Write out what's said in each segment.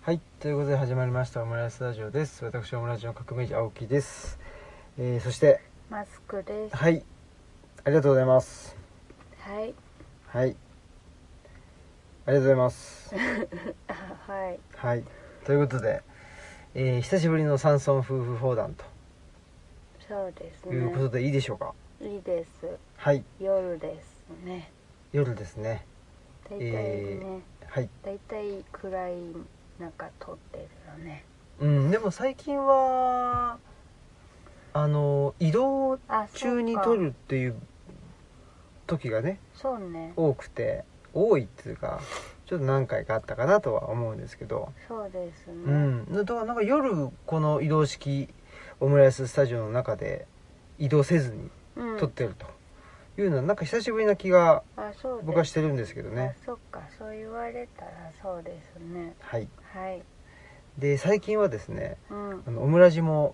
はい、ということで始まりましたオムライスラジオです。私オムラジオの革命児青木です。そしてマスクです。 はい、ありがとうございます。 はい。 はい、ありがとうございます。 はい。 はい、ということで、久しぶりの山村夫婦砲弾そうですということね。 でいいでしょうか。 いいです。 はい、 夜ですね。 夜ですね。 だいたいね、 はい。 だいたい暗い中撮ってるよね。 でも最近は移動中に撮るっていう時がね、 そうね。 多いっていうかちょっと何回かあったかなとは思うんですけど、 そうですね。 だからなんか夜この移動式オムライススタジオの中で移動せずに撮ってるというのはなんか久しぶりな気が僕はしてるんですけどね。 そっか、そう言われたらそうですね。 はい。 はい。 で最近はですね、オムラジも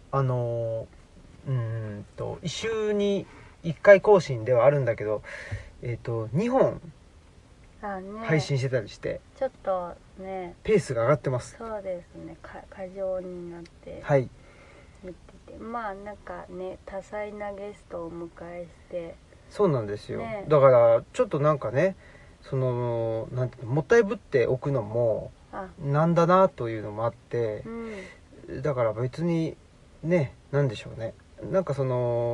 1週に1回更新ではあるんだけど、2本配信してたりして、 ちょっとねペースが上がってます。 そうですね。過剰になってはい見てて、まあなんかね、多彩なゲストをお迎えして、 そうなんですよ、 ね、 だからちょっとなんかね、なんていうの、もったいぶっておくのもなんだなというのもあって、だから別にね、なんでしょうね、なんかス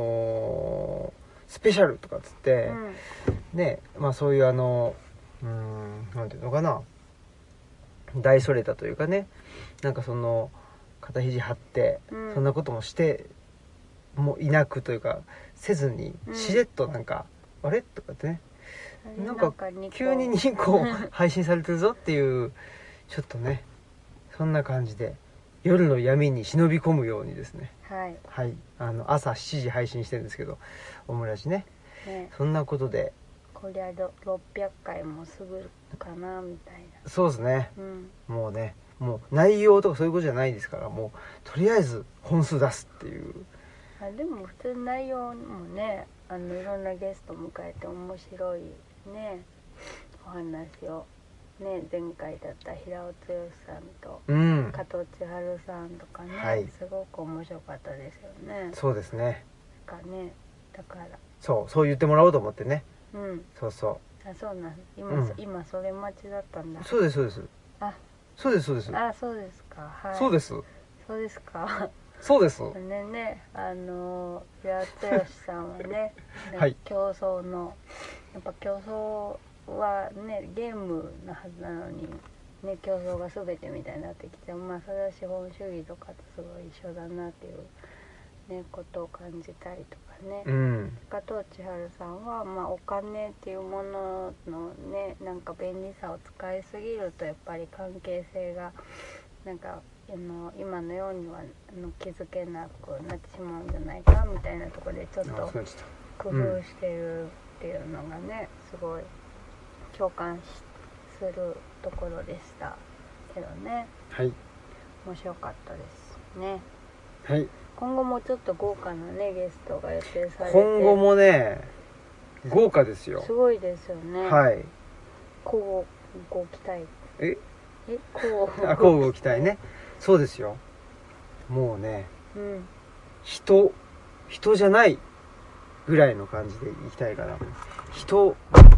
ペシャルとかっつって、ね、まあそういうなんていうのかな、大それたというかね、なんか肩肘張って、そんなこともしてもいなくというかせずに、しれっとなんか、あれとかってね、なんか急に2個配信されてるぞっていうちょっとね、そんな感じで夜の闇に忍び込むようにですね、はい、朝7時配信してるんですけど、オムラジね、そんなことでこりゃ600回もすぐかなみたいな。 そうですね、もうね、もう内容とかそういうことじゃないですから、もうとりあえず本数出すっていう。 でも普通内容もね、いろんなゲスト迎えて面白いねお話をね、前回だった平尾剛さんと加藤千春さんとかね、すごく面白かったですよね。 そうですね。 だからそう言ってもらおうと思ってね。そうそう。 そうなんです。今それ待ちだったんだ。 そうです。そうです。 そうですか。はい。 そうです。 そうですか。 そうです。 ね、平剛さんはね、競争の、やっぱ競争はね、ゲームのはずなのに、ね、競争が全てみたいになってきて、まあそれは資本主義とかとすごい一緒だなっていう、ね、ことを感じたりとかね。加藤千春さんは、まあお金っていうもののね、なんか便利さを使いすぎるとやっぱり関係性がなんか今のようには気づけなくなってしまうんじゃないかみたいなところでちょっと工夫してるっていうのがね、すごい共感するところでしたけどね。 はい。 面白かったですね。 はい。 今後もちょっと豪華なねゲストが予定されて、 今後もね豪華ですよ。 すごいですよね。 はい。 こうご期待。 こうご期待ね。そうですよ。もうね、人じゃないぐらいの感じでいきたいから、人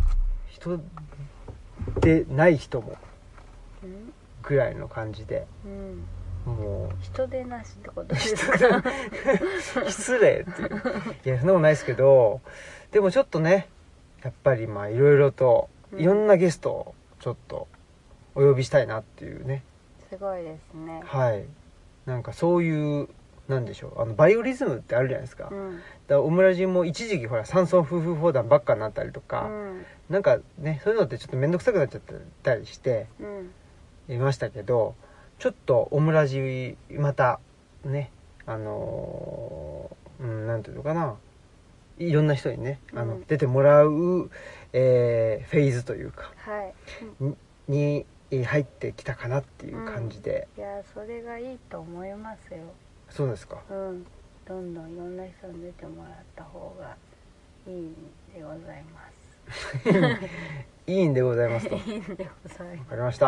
でない人もぐらいの感じで、もう人でなしってことですか？ 失礼っていう。いやそんなことないですけど、でもちょっとね、やっぱりまあいろいろといろんなゲストをちょっとお呼びしたいなっていうね。 すごいですね。 はい。なんかそういう、なんでしょう、バイオリズムってあるじゃないですか。だからオムラジも一時期ほら山村夫婦砲弾ばっかになったりとか、なんかね、そういうのってちょっと面倒くさくなっちゃったりしていましたけど、ちょっとオムラジまたね、なんていうのかな、いろんな人にね、出てもらう、フェーズというか、に入ってきたかなっていう感じで、 いやそれがいいと思いますよ。 そうですか。 どんどんいろんな人に出てもらった方がいいんでございます。 いいんでございますと。 いいんでございます。 わかりました。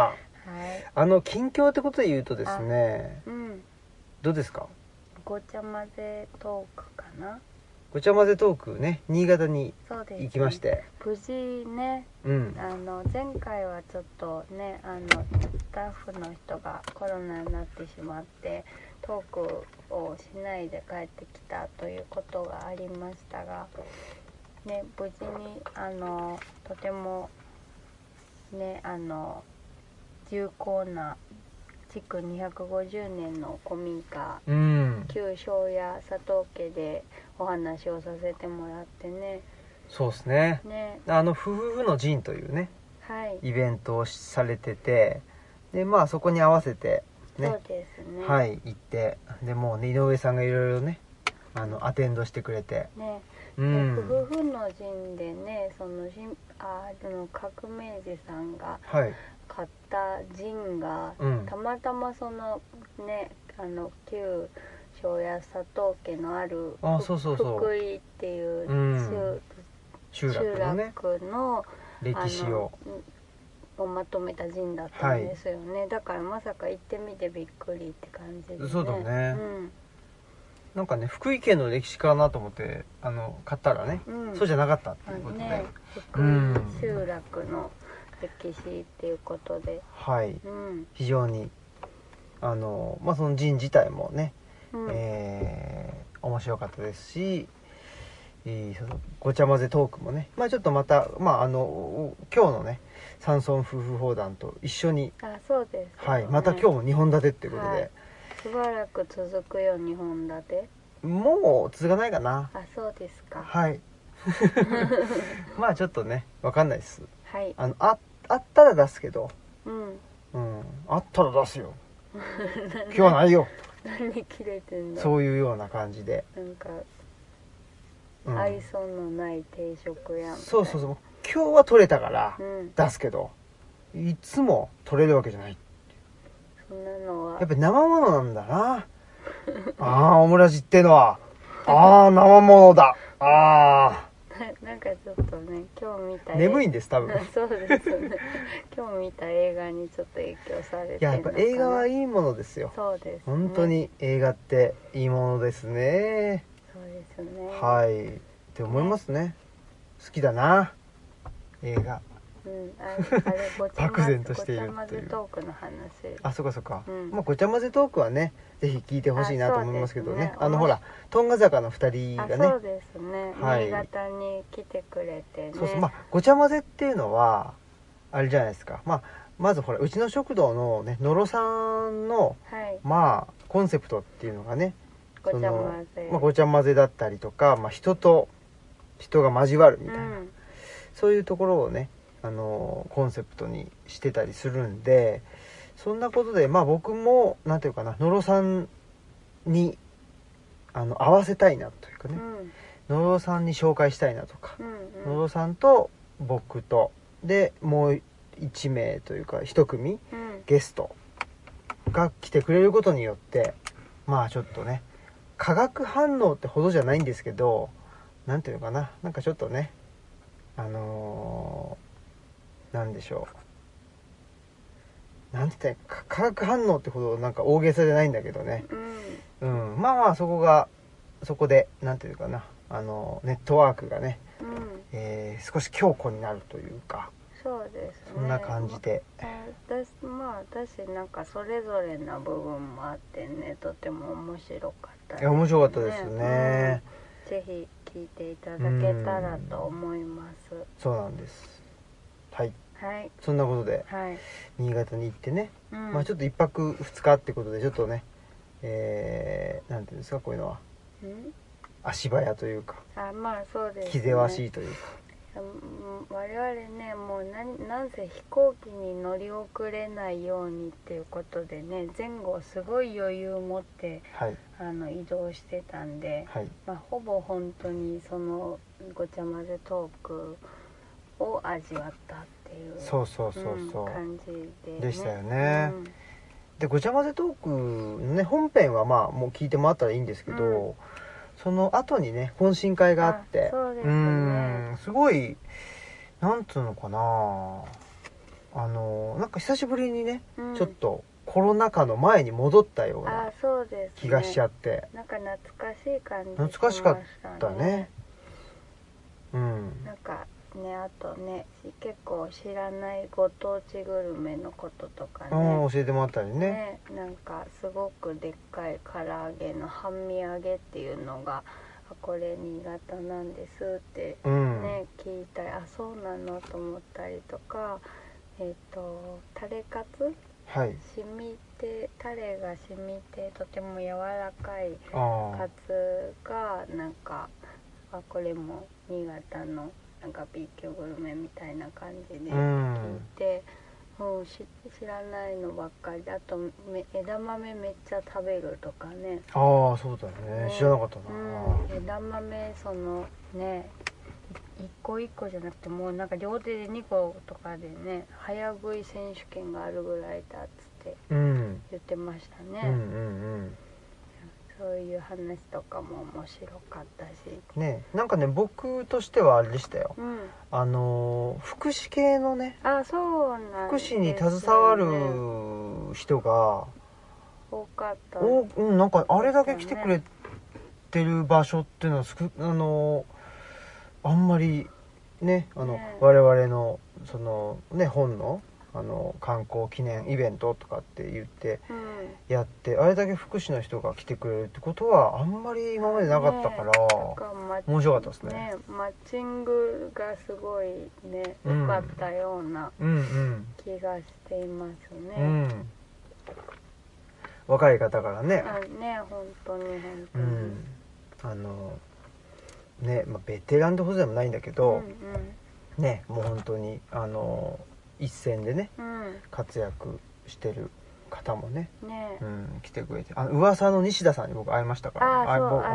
近況ってことで言うとですね、どうですか？ ごちゃ混ぜトークかな。 ごちゃ混ぜトークね、新潟に行きまして、ね、 無事ね、前回はちょっとねスタッフの人がコロナになってしまってトークをしないで帰ってきたということがありましたが、ね、無事にとてもね重厚な築250年の古民家、旧庄屋佐藤家でお話をさせてもらってね。 そうですね。夫婦の陣というね、イベントをされてて、でまあそこに合わせてね、 そうですね、 行って、でもうね井上さんがいろいろねアテンドしてくれて、 夫婦の陣でね、その革命児さんが買った陣が、たまたまそのね旧庄屋佐藤家のある福井っていう集落の歴史をまとめた陣だったんですよね、だからまさか行ってみてびっくりって感じでね。 そうだね、なんかね福井県の歴史かなと思って買ったらね、そうじゃなかったっていうことで、 福井集落の歴史っていうことで、 非常にその陣自体もね、面白かったですし、そのごちゃ混ぜトークもね、ちょっとまた、今日のね山村夫婦砲弾と一緒に、 そうです、ね、 また今日も2本立てっていうことで、 しばらく続くよ2本立て。 もう続かないかな。 そうですか。 ちょっとね分かんないです。 あったら出すけど、あったら出すよ今日はないよ何切れてんだ。 そういうような感じで、 なんか愛想のない定食やん。 そう今日は取れたから出すけど、いつも取れるわけじゃない。 そんなのはやっぱり生ものなんだなオムラジってのは生ものだ。 なんかちょっとね今日見た眠いんです多分そうですね今日見た映画にちょっと影響されてるのかな。 やっぱ映画はいいものですよ。 そうです、ね、 本当に映画っていいものですね。 そうですね。 って思いますね。好きだな映画。漠然としているという。 ごちゃ混ぜトークの話。 そうか、ごちゃ混ぜトークはねぜひ聞いてほしいなと思いますけどね。ほらトンガ坂の2人がね、 そうですね、新潟に来てくれてね。 ごちゃ混ぜっていうのはあれじゃないですか。まずほらうちの食堂のね野呂さんの、コンセプトっていうのがね、 ごちゃ混ぜ、 ごちゃ混ぜだったりとか、人と人が交わるみたいな、そういうところをねコンセプトにしてたりするんで、そんなことで僕もなんていうかな、野呂さんに合わせたいなというかね、野呂さんに紹介したいなとか、野呂さんと僕とでもう1名というか1組、ゲストが来てくれることによってちょっとね化学反応ってほどじゃないんですけど、なんていうのかな、なんかちょっとねなんでしょう、なんて言ったら化学反応ってほどなんか大げさじゃないんだけどね、そこでなんていうかな、ネットワークがね、少し強固になるというか、 そうですね、 そんな感じで、 私なんかそれぞれな部分もあってね、とても面白かったですね。 面白かったですね、 ぜひ聞いていただけたらと思います。 そうなんです。そんなことで、新潟に行ってね、ちょっと1泊2日ってことでちょっとね、なんていうんですか、こういうのは足早というか、 そうですね、 気ぜわしいというか、 我々ねもうなんせ飛行機に乗り遅れないようにっていうことでね、前後すごい余裕を持って、移動してたんで、ほぼ本当にそのごちゃ混ぜトークを味わったっていう感じでしたよね。でごちゃ混ぜトークのね本編はもう聞いてもらったらいいんですけど、その後にね懇親会があって、 そうですね、 すごいなんつうのかな、 なんか久しぶりにね、 うん、 ちょっとコロナ禍の前に戻ったようなそうです、ね、 気がしちゃって、 なんか懐かしい感じしましたね。 懐かしかったね。うん。 なんかね、あとね、結構知らないご当地グルメのこととかね、 教えてもらったりね。 なんかすごくでっかい唐揚げの半身揚げっていうのが、これ新潟なんですってね、聞いたり、そうなのと思ったりとか、タレカツ、 はい、 染みて、タレが染みてとても柔らかいカツがなんか、これも新潟のなんか B 級グルメみたいな感じで聞いて、知らないのばっかりで、あと枝豆めっちゃ食べるとかね。 そうだね、知らなかったな。 枝豆そのね、一個一個じゃなくて、もうなんか両手で2個とかでね、早食い選手権があるぐらいだっつって言ってましたね。そういう話とかも面白かったしね。なんかね、僕としてはあれでしたよ、福祉系のね、 そうなんですよね、 福祉に携わる人が多かった、 なんかあれだけ来てくれてる場所っていうのはあんまりね、我々のそのね、本の観光記念イベントとかって言ってやって、あれだけ福祉の人が来てくれるってことはあんまり今までなかったから、面白かったですね。 マッチングがすごいね、良かったような気がしていますね。 若い方からね、 本当にね、ベテランってほどでもないんだけど、ね、もう本当に一線でね、活躍してる方もね、来てくれて、噂の西田さんに僕会いましたから、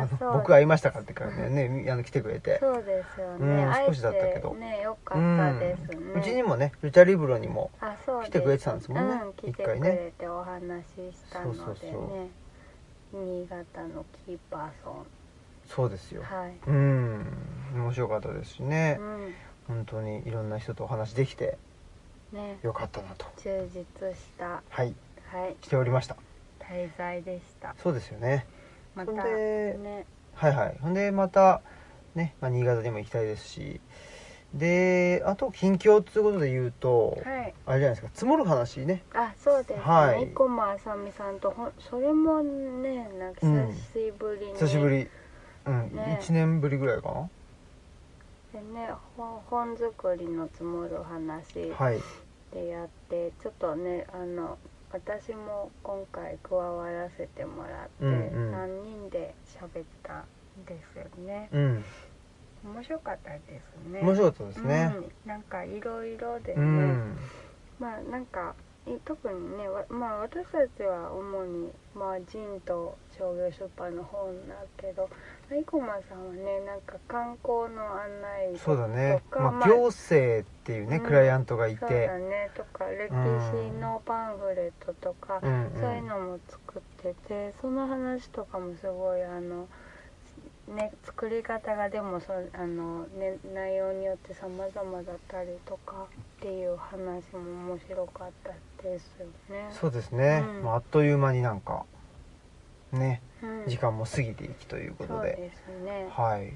僕会いましたからってからね、来てくれて、 そうですよね、 少しだったけどね、よかったですね。 うちにもね、ルチャリブロにも来てくれてたんですもんね、 一回ね。来てくれてお話ししたのでね、新潟のキーパーソン。 そうですよ、面白かったですしね、本当にいろんな人とお話できてよかったなと、 充実したしておりました。 滞在でした。 そうですよね。 またね、 ほんでまたね、新潟にも行きたいですし、であと近況ということで言うと、あれじゃないですか、積もる話ね。 そうですね、生駒あさみさんとそれもね、なんか久しぶりに、 久しぶり、1年ぶりぐらいかなでね、本作りの積もる話でやって、ちょっとね、私も今回加わらせてもらって、3人で喋ったんですよね。面白かったですね。 面白かったですね。 なんかいろいろでね、なんか特にね、私たちは主にジンと商業出版の本だけど、生駒さんはね、なんか観光の案内とか、 そうだね、行政っていうね、クライアントがいて、 そうだね、とか歴史のパンフレットとか、そういうのも作ってて、その話とかもすごい作り方がでも内容によって様々だったりとかっていう話も面白かったですよね。 そうですね、あっという間になんかね、時間も過ぎていきということで、 そうですね、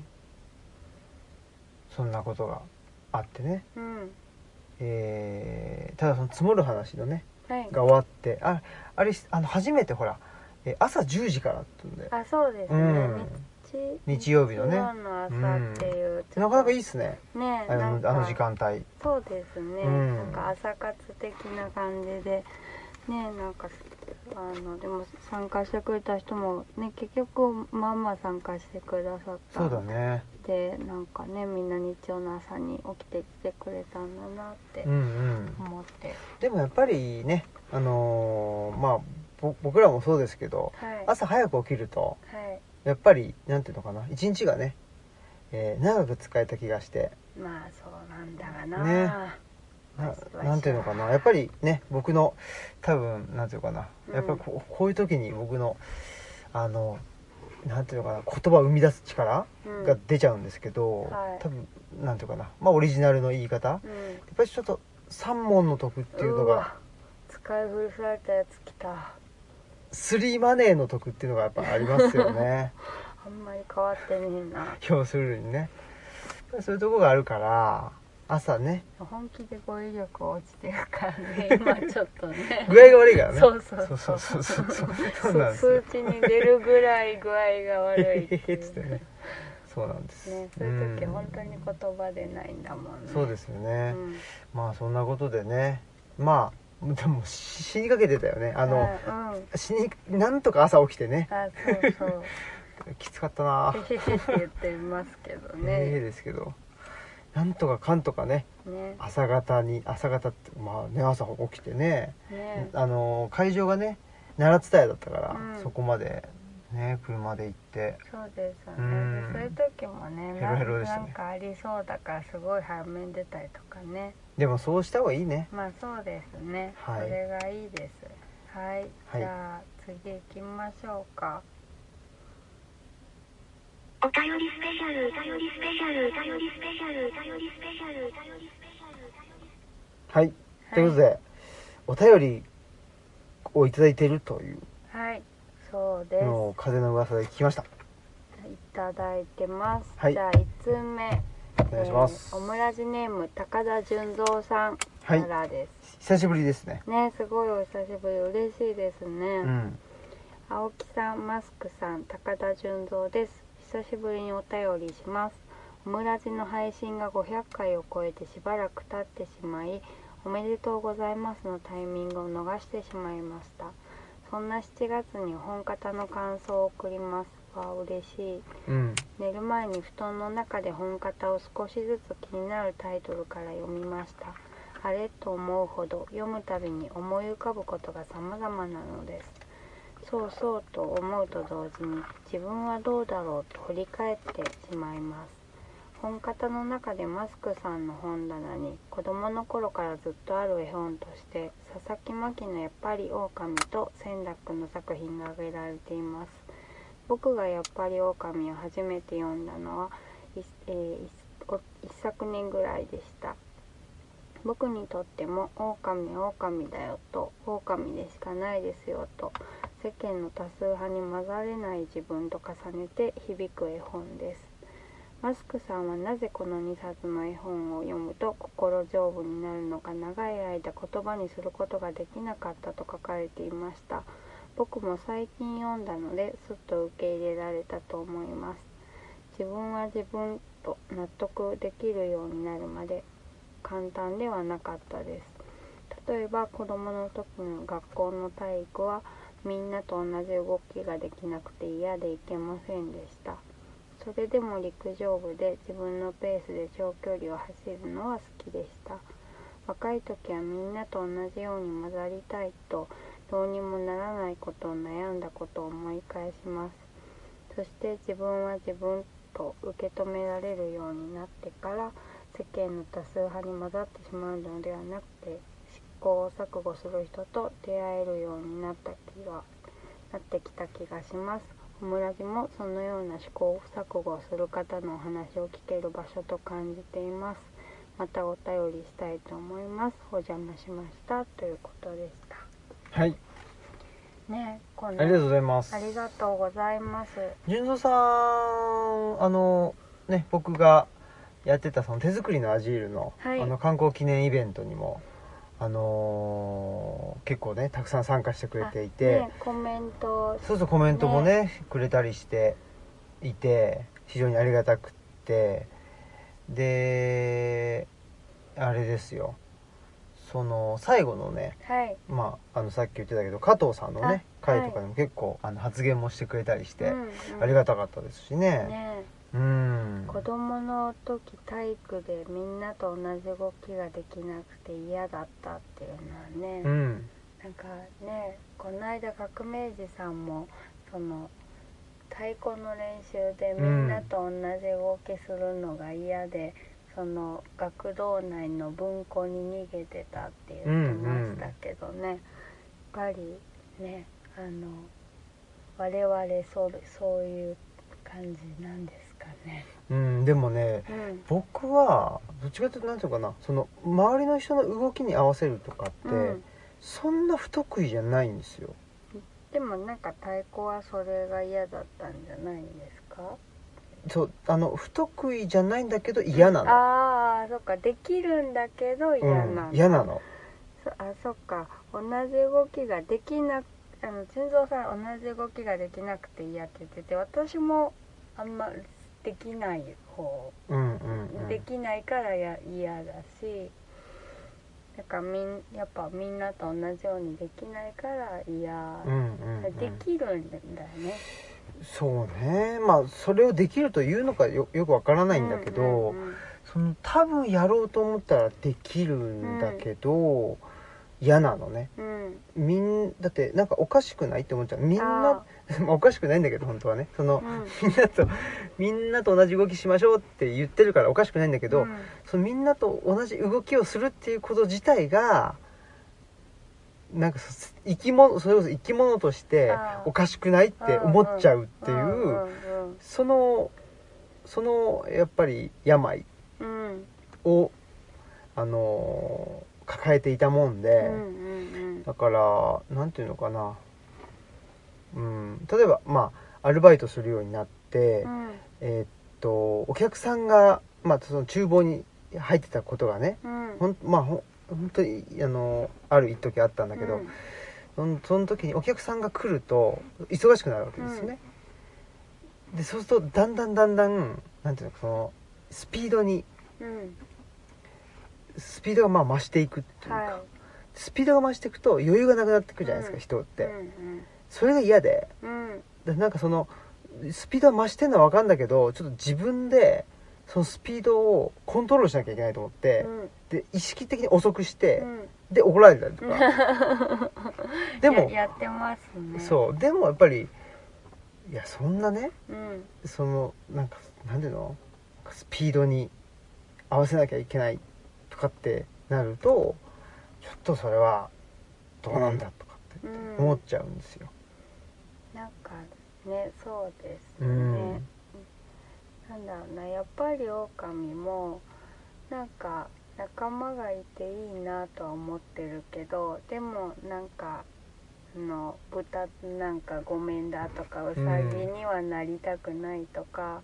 そんなことがあってね、ただその積もる話のね、が終わって、あれ初めてほら、朝10時からって言うんで、 そうですね、 日曜日のね、 の朝っていう、 なかなかいいっすね、あの時間帯。 そうですね、なんか朝活的な感じでね、なんかでも参加してくれた人もね、結局参加してくださった。 そうだね。 でなんかね、みんな日曜の朝に起きてきてくれたんだなって思って、 でもやっぱりね、僕らもそうですけど、朝早く起きると、やっぱりなんていうのかな、一日がね、長く使えた気がして、 そうなんだがな、 なんていうのかな、やっぱりね、僕の多分なんていうのかな、やっぱりこういう時に僕のなんていうのかな、言葉を生み出す力が出ちゃうんですけど、多分なんていうかな、オリジナルの言い方、やっぱりちょっと 3問の得っていうのが、 使い古されたやつきた。 3マネーの得っていうのがやっぱありますよねあんまり変わってねえな。 要するにね、そういうとこがあるから朝ね、 本気で語彙力落ちてるからね今ちょっとね具合が悪いからね。 そうなんですよ。 数値に出るぐらい具合が悪いっていうつってね、そうなんですね。そういう時本当に言葉出ないんだもんね。 そうですよね、まあそんなことでね、まあでも死にかけてたよね。なんとか朝起きてね。 そうきつかったな。 へへへって言ってますけどね。 へへですけど、なんとかかんとかね、朝方ってまあね、朝起きてね、会場がね奈良伝えだったから、そこまでね車で行って。 そうですよね、そういう時もねヘロヘロでしたね。 なんかありそうだからすごい早めに出たりとかね。 でもそうした方がいいね。 まあそうですね、それがいいです。はい、じゃあ次行きましょうか。 お便りスペシャル、お便りスペシャル、お便りスペシャル、お便りスペシャル、お便りスペシャル。 はい、ということで、お便りをいただいているという、 はいそうですのを風の噂で聞きました。 いただいてます、 はい、 じゃあ1通目お願いします。 オムラジネーム高田純三さんからです、 久しぶりですね。 すごいお久しぶり、嬉しいですね、青木さん、マスクさん、高田純三です。久しぶりにお便りします。オムラジの配信が500回を超えてしばらく経ってしまい、おめでとうございますのタイミングを逃してしまいました。そんな7月に本方の感想を送ります。わ、嬉しい、寝る前に布団の中で本方を少しずつ気になるタイトルから読みました。あれと思うほど読むたびに思い浮かぶことが様々なのです。そうそうと思うと同時に自分はどうだろうと振り返ってしまいます。本方の中でマスクさんの本棚に子供の頃からずっとある絵本として佐々木真希のやっぱり狼と千楽の作品が挙げられています。僕がやっぱり狼を初めて読んだのは一昨年ぐらいでした。僕にとっても狼は狼だよと、狼でしかないですよと、世間の多数派に混ざれない自分と重ねて響く絵本です。マスクさんはなぜこの2冊の絵本を読むと心丈夫になるのか長い間言葉にすることができなかったと書かれていました。僕も最近読んだのですっと受け入れられたと思います。自分は自分と納得できるようになるまで簡単ではなかったです。例えば子供の時の学校の体育はみんなと同じ動きができなくて嫌でいけませんでした。それでも陸上部で自分のペースで長距離を走るのは好きでした。若い時はみんなと同じように混ざりたいとどうにもならないことを悩んだことを思い返します。そして自分は自分と受け止められるようになってから世間の多数派に混ざってしまうのではなくて試行錯誤する人と出会えるようになってきた気がします。オムラジもそのような試行錯誤をする方のお話を聞ける場所と感じています。またお便りしたいと思います。お邪魔しましたということでした。 はいね、 ありがとうございます。 ありがとうございます。 純三さんね、僕がやってたその手作りのアジールの、観光記念イベントにも結構ねたくさん参加してくれていて、 コメントコメントもねくれたりしていて非常にありがたくって、であれですよ、その最後のね、さっき言ってたけど加藤さんのね回とかでも結構発言もしてくれたりして、ありがたかったですしね。 子供の時体育でみんなと同じ動きができなくて嫌だったっていうのはね、なんかね、この間革命児さんもその太鼓の練習でみんなと同じ動きするのが嫌で、その学童内の分校に逃げてたって言ってましたけどね、やっぱりね、我々そういう感じなんですかね。 でもね、僕はどっちかというとなんていうのかな、その周りの人の動きに合わせるとかって、そんな不得意じゃないんですよ。 でもなんか太鼓はそれが嫌だったんじゃないんですか？ そう不得意じゃないんだけど嫌なの。 ああ、そっか、できるんだけど嫌なの、 嫌なの。 そっか、同じ動きができなく、珍蔵さん同じ動きができなくて嫌って言ってて、私もあんまできない方、できないから嫌だし、だからやっぱみんなと同じようにできないから嫌、できるんだよね。 そうね、まあそれをできるというのかよくわからないんだけど、その多分やろうと思ったらできるんだけど、嫌なのね、だってなんかおかしくないって思っちゃう。みんなおかしくないんだけど本当はね、その、みんなと同じ動きしましょうって言ってるからおかしくないんだけど、そのみんなと同じ動きをするっていうこと自体がなんかそれこそ生き物としておかしくないって思っちゃうっていう、そのやっぱり病を抱えていたもんで、だからなんていうのかな、例えばまあアルバイトするようになって、お客さんがその厨房に入ってたことがね、本当にある一時あったんだけど、その時にお客さんが来ると忙しくなるわけですよね、でそうするとだんだんなんていうの、そのスピードが増していくっていうか、スピードが増していくと余裕がなくなっていくじゃないですか、人って、それが嫌で、なんかそのスピードが増してるのは分かるんだけど、ちょっと自分でそのスピードをコントロールしなきゃいけないと思って、で意識的に遅くして、で怒られたりとかでもやってますね。 そうでもやっぱりいやそんなね、そのなんていうの、スピードに合わせなきゃいけないとかってなると、ちょっとそれはどうなんだとかって思っちゃうんですよ、 なんかね、そうですね、なんだろうな、やっぱり狼もなんか仲間がいていいなとは思ってるけど、でもなんか豚なんかごめんだとかウサギにはなりたくないとか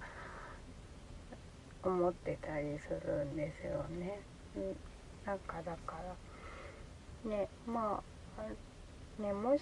思ってたりするんですよね。なんかだからね、まあね、もし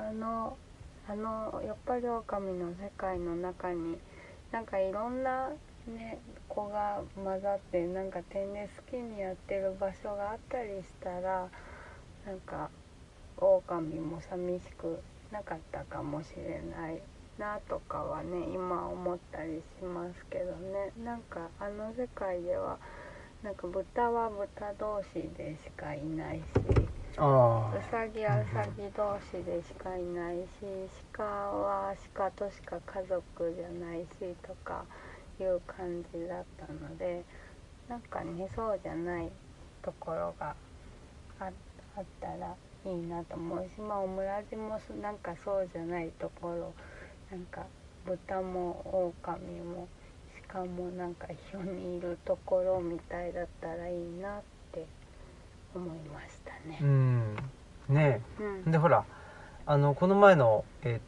やっぱり狼の世界の中になんかいろんなね子が混ざってなんか天然好きにやってる場所があったりしたら、なんか狼も寂しくなかったかもしれないなとかはね、今思ったりしますけどね。なんか世界ではなんか豚は豚同士でしかいないし、うさぎはうさぎ同士でしかいないし、鹿は鹿としか家族じゃないしとかいう感じだったので、なんかね、そうじゃないところがあったらいいなと思うし、オムラジもなんかそうじゃないところ、なんか豚も狼も鹿もなんか一緒にいるところみたいだったらいいなって思いましたね。 ねえ、でほらこの前の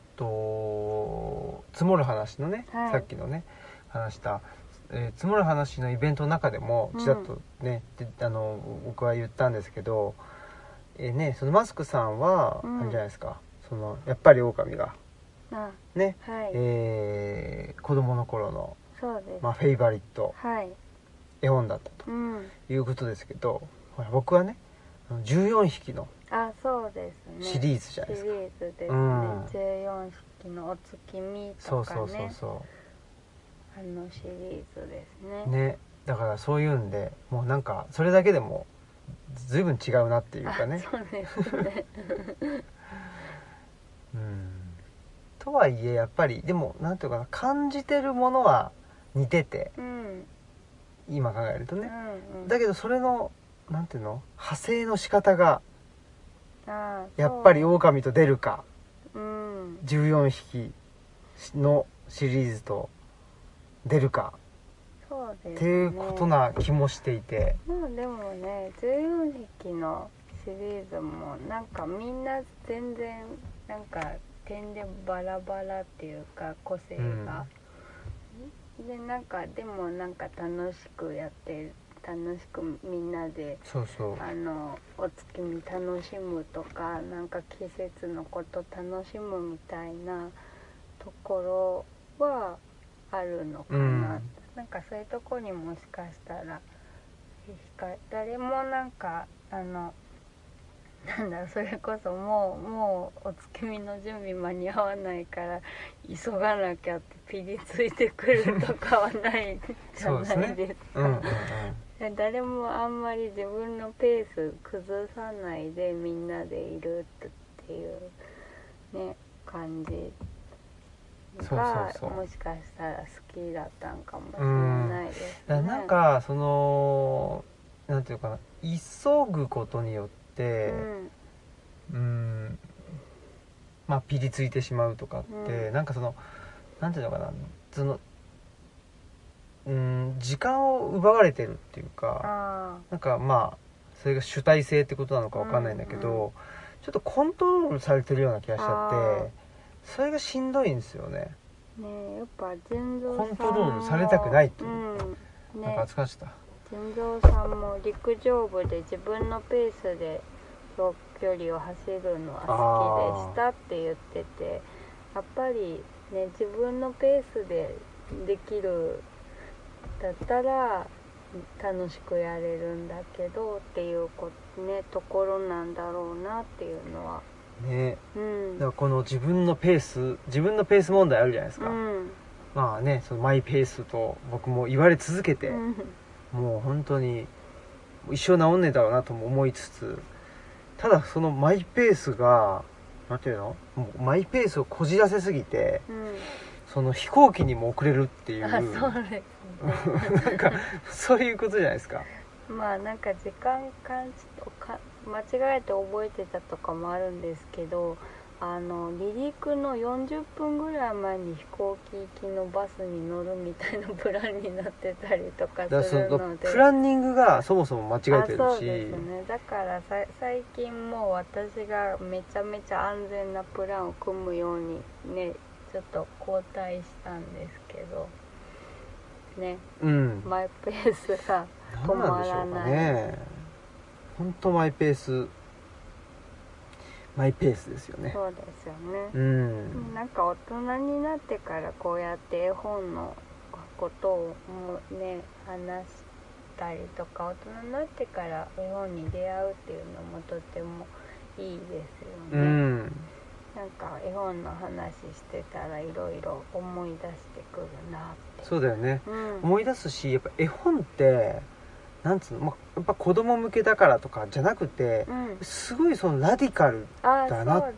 積もる話のね、さっきのね話した積もる話のイベントの中でもちらっとね、僕は言ったんですけど、そのマスクさんはあれじゃないですか、そのやっぱり狼がね、子供の頃のそうです、 フェイバリット絵本だったということですけど、ほら僕はね14匹のそうですね、 シリーズじゃないですか。 シリーズですね、14匹のお月見とかね、シリーズですね。 だからそういうんでもうなんかそれだけでも随分違うなっていうかね。 そうですねとはいえやっぱりでもなんていうかな、感じてるものは似てて、今考えるとね、だけどそれのなんていうの、派生の仕方がやっぱり狼と出るか、14匹のシリーズと出るか、 そうですね、 っていうことな気もしていて、 まあでもね14匹のシリーズもなんかみんな全然なんか点でバラバラっていうか個性が、でなんかでもなんか楽しくやって楽しくみんなでそうそう、 お月見楽しむとかなんか季節のこと楽しむみたいなところはあるのかな、なんかそういうとこにもしかしたら誰もなんかなんだろう、それこそもうお月見の準備間に合わないから急がなきゃってピリついてくるとかはないじゃないですか。誰もあんまり自分のペース崩さないでみんなでいるっていうね感じがもしかしたら好きだったんかもしれないですね。 なんかそのなんていうかな、急ぐことによって、まあピリついてしまうとかって、なんかそのなんていうのかな、その時間を奪われてるっていうか、なんかまあそれが主体性ってことなのかわかんないんだけど、ちょっとコントロールされてるような気がしちゃって、それがしんどいんですよね。 ね、やっぱ腎臓さんもコントロールされたくないっていう、なんか熱かった。 腎臓さんも陸上部で自分のペースで長距離を走るのは好きでしたって言ってて、やっぱりね自分のペースでできるだったら楽しくやれるんだけどっていうところなんだろうなっていうのはね、だからこの自分のペース問題あるじゃないですか、まあね、そのマイペースと僕も言われ続けて、もう本当に一生治んねえだろうなとも思いつつ、ただそのマイペースがなんていうの、もうマイペースをこじらせすぎて、その飛行機にも遅れるっていう、そうですねなんかそういうことじゃないですか。 まあなんか時間間間違えて覚えてたとかもあるんですけど、離陸の40分ぐらい前に飛行機行きのバスに乗るみたいなプランになってたりとかするので、 プランニングがそもそも間違えてるし、 そうですね、だから最近もう私がめちゃめちゃ安全なプランを組むようにねちょっと交代したんですけどね、マイペースが止まらない。 ね、本当マイペースですよね。 そうですよね。なんか大人になってからこうやって絵本のことをね話したりとか、大人になってから絵本に出会うっていうのもとてもいいですよね。なんか絵本の話してたらいろいろ思い出してくるなって。 そうだよね、思い出すし、やっぱ絵本ってなんつうの、やっぱ子供向けだからとかじゃなくて、すごいそのラディカルだなって、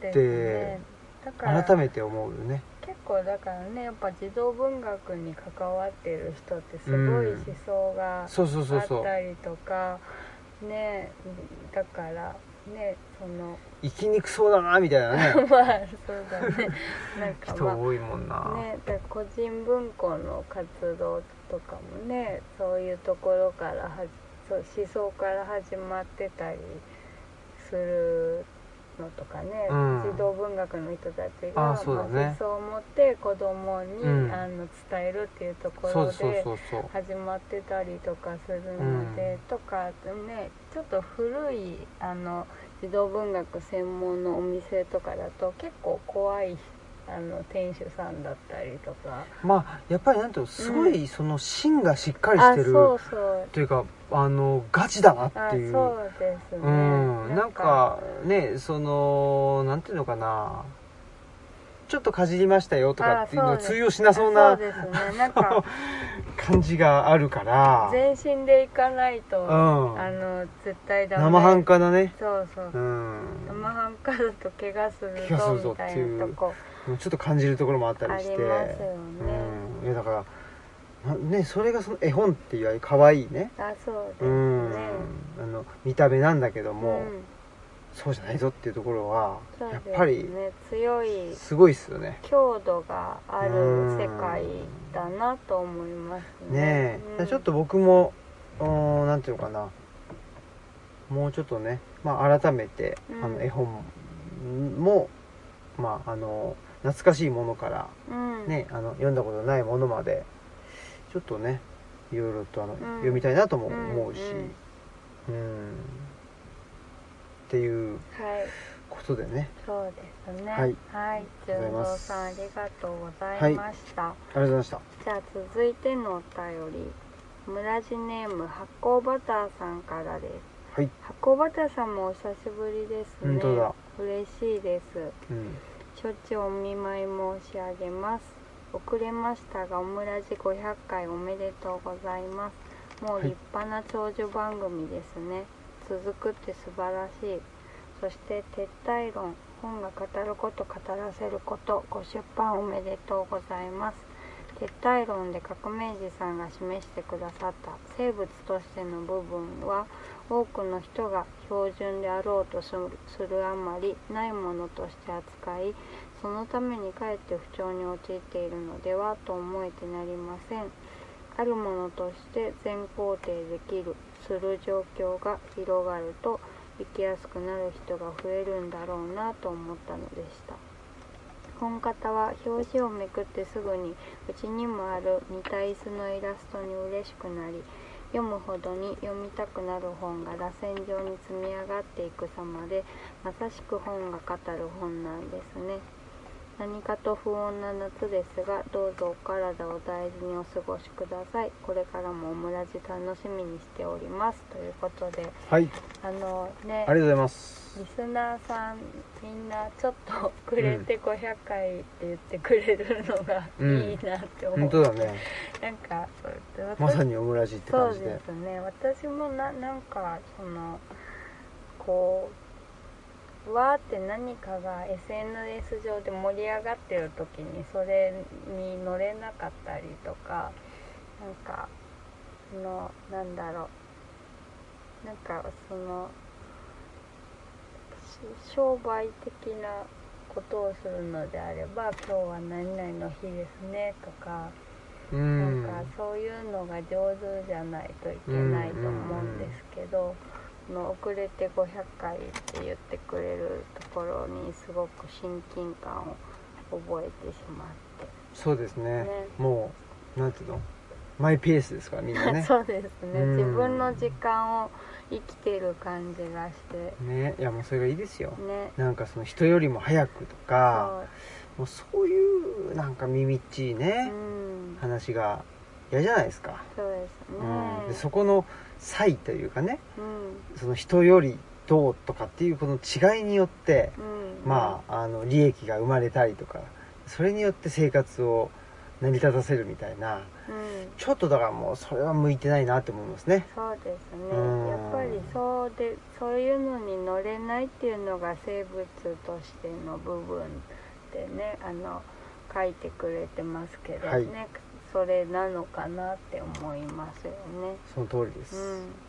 改めて思うよね。 結構だからね、やっぱ児童文学に関わってる人ってすごい思想があったりとかね、だからね、その生きにくそうだなみたいなねまあそうだね、なんか、 人多いもんな、 ね、だ個人文庫の活動とかもね、そういうところから思想から始まってたりするのとかね、児童文学の人たちが、思想を持って子供に、伝えるっていうところで始まってたりとかするので、とかね、ちょっと古い児童文学専門のお店とかだと結構怖い店主さんだったりとか、 まあやっぱりなんていうの、すごいその芯がしっかりしてるというか、ガチだなっていう。 そうですね、 なんかね、そのなんていうのかな、ちょっとかじりましたよとかっていうのは通用しなそうな、 なんか感じがあるから、 全身でいかないと、絶対ダメ。 生半可なね、 そうそう、生半可だと怪我するぞみたいなとこちょっと感じるところもあったりして、 ありますよね。 いやだからね、それがその絵本っていう可愛いね、 そうですね、 見た目なんだけども、 そうじゃないぞっていうところはそうですね、 やっぱり強いすごいですよね。 強度がある世界だなと思いますね。 ねえ、ちょっと僕もなんていうのかな、もうちょっとね、まあ、改めて、絵本も、まあ、懐かしいものから、ね、読んだことないものまでちょっとねいろいろと読みたいなとも思うし、っていうことでね、 そうですね。 はい、 純三さんありがとうございました。 ありがとうございました。 じゃあ続いてのお便り、村地ネーム発酵バターさんからです。 はい、 発酵バターさんもお久しぶりですね。 本当だ。 嬉しいです。しょっちゅうお見舞い申し上げます。遅れましたが、オムラジ500回おめでとうございます。もう立派な長寿番組ですね。続くって素晴らしい。そして撤退論、本が語ること語らせること、ご出版おめでとうございます。撤退論で革命児さんが示してくださった生物としての部分は、多くの人が標準であろうとするあまりないものとして扱い、そのためにかえって不調に陥っているのではと思えてなりません。あるものとして全肯定できるする状況が広がると、生きやすくなる人が増えるんだろうなと思ったのでした。本方は表紙をめくってすぐにうちにもある似た椅子のイラストに嬉しくなり、読むほどに読みたくなる本が螺旋状に積み上がっていく様で、まさしく本が語る本なんですね。何かと不穏な夏ですが、どうぞお体を大事にお過ごしください。これからもオムラジ楽しみにしております。ということで、 はい、 ありがとうございます。 リスナーさんみんなちょっと遅れて500回って言ってくれるのがいいなって思う。 本当だね。 なんかまさにオムラジって感じで。 そうですね。私もなんかこうわーって何かが SNS 上で盛り上がってる時にそれに乗れなかったりとか、なんかなんだろう、なんか商売的なことをするのであれば、今日は何々の日ですねとか、なんかそういうのが上手じゃないといけないと思うんですけど、遅れて500回って言ってくれるところにすごく親近感を覚えてしまって。 そうですね。もうなんていうの、マイペースですからみんなね。 そうですね。自分の時間を生きてる感じがしてね。いやもうそれがいいですよ、 ね。 なんか人よりも早くとか、もうそういうなんか耳っちいね、話が嫌じゃないですか。 そうですね。 でそこの差異というかね、その人よりどうとかっていうこの違いによって、まあ利益が生まれたりとか、それによって生活を成り立たせるみたいな、ちょっとだからもうそれは向いてないなって思いますね。 そうですね。やっぱりそういうのに乗れないっていうのが生物としての部分でね、書いてくれてますけどね、それなのかなって思いますよね。 その通りです。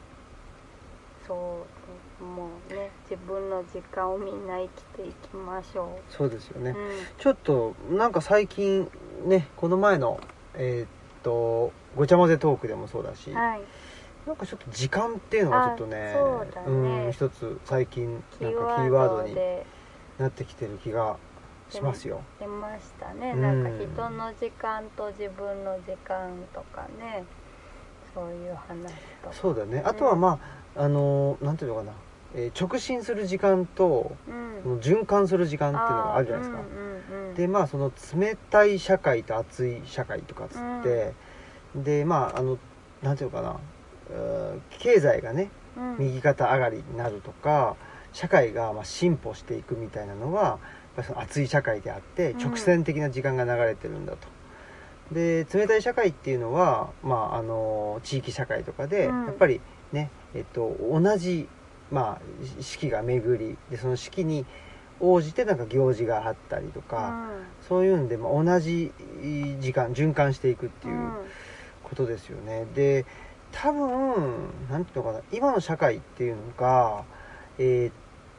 そうもうね、自分の時間をみんな生きていきましょう。 そうですよね。ちょっとなんか最近ね、この前のごちゃ混ぜトークでもそうだし、なんかちょっと時間っていうのがちょっとね、一つ最近なんかキーワードになってきてる気がしますよ。 出ましたね。なんか人の時間と自分の時間とかね、そういう話とか。 そうだね。あとはまあなんていうのかな、直進する時間と、循環する時間っていうのがあるじゃないですか。でまあその冷たい社会と熱い社会とかつって、でまあなんていうのかな、経済がね、右肩上がりになるとか、社会がまあ進歩していくみたいなのはその熱い社会であって、直線的な時間が流れてるんだと。で冷たい社会っていうのは、まあ、地域社会とかで、やっぱりね、同じ、まあ、四季が巡りで、その四季に応じてなんか行事があったりとか、そういうんで、まあ、同じ時間循環していくっていうことですよね。で多分なんていうのかな、今の社会っていうのが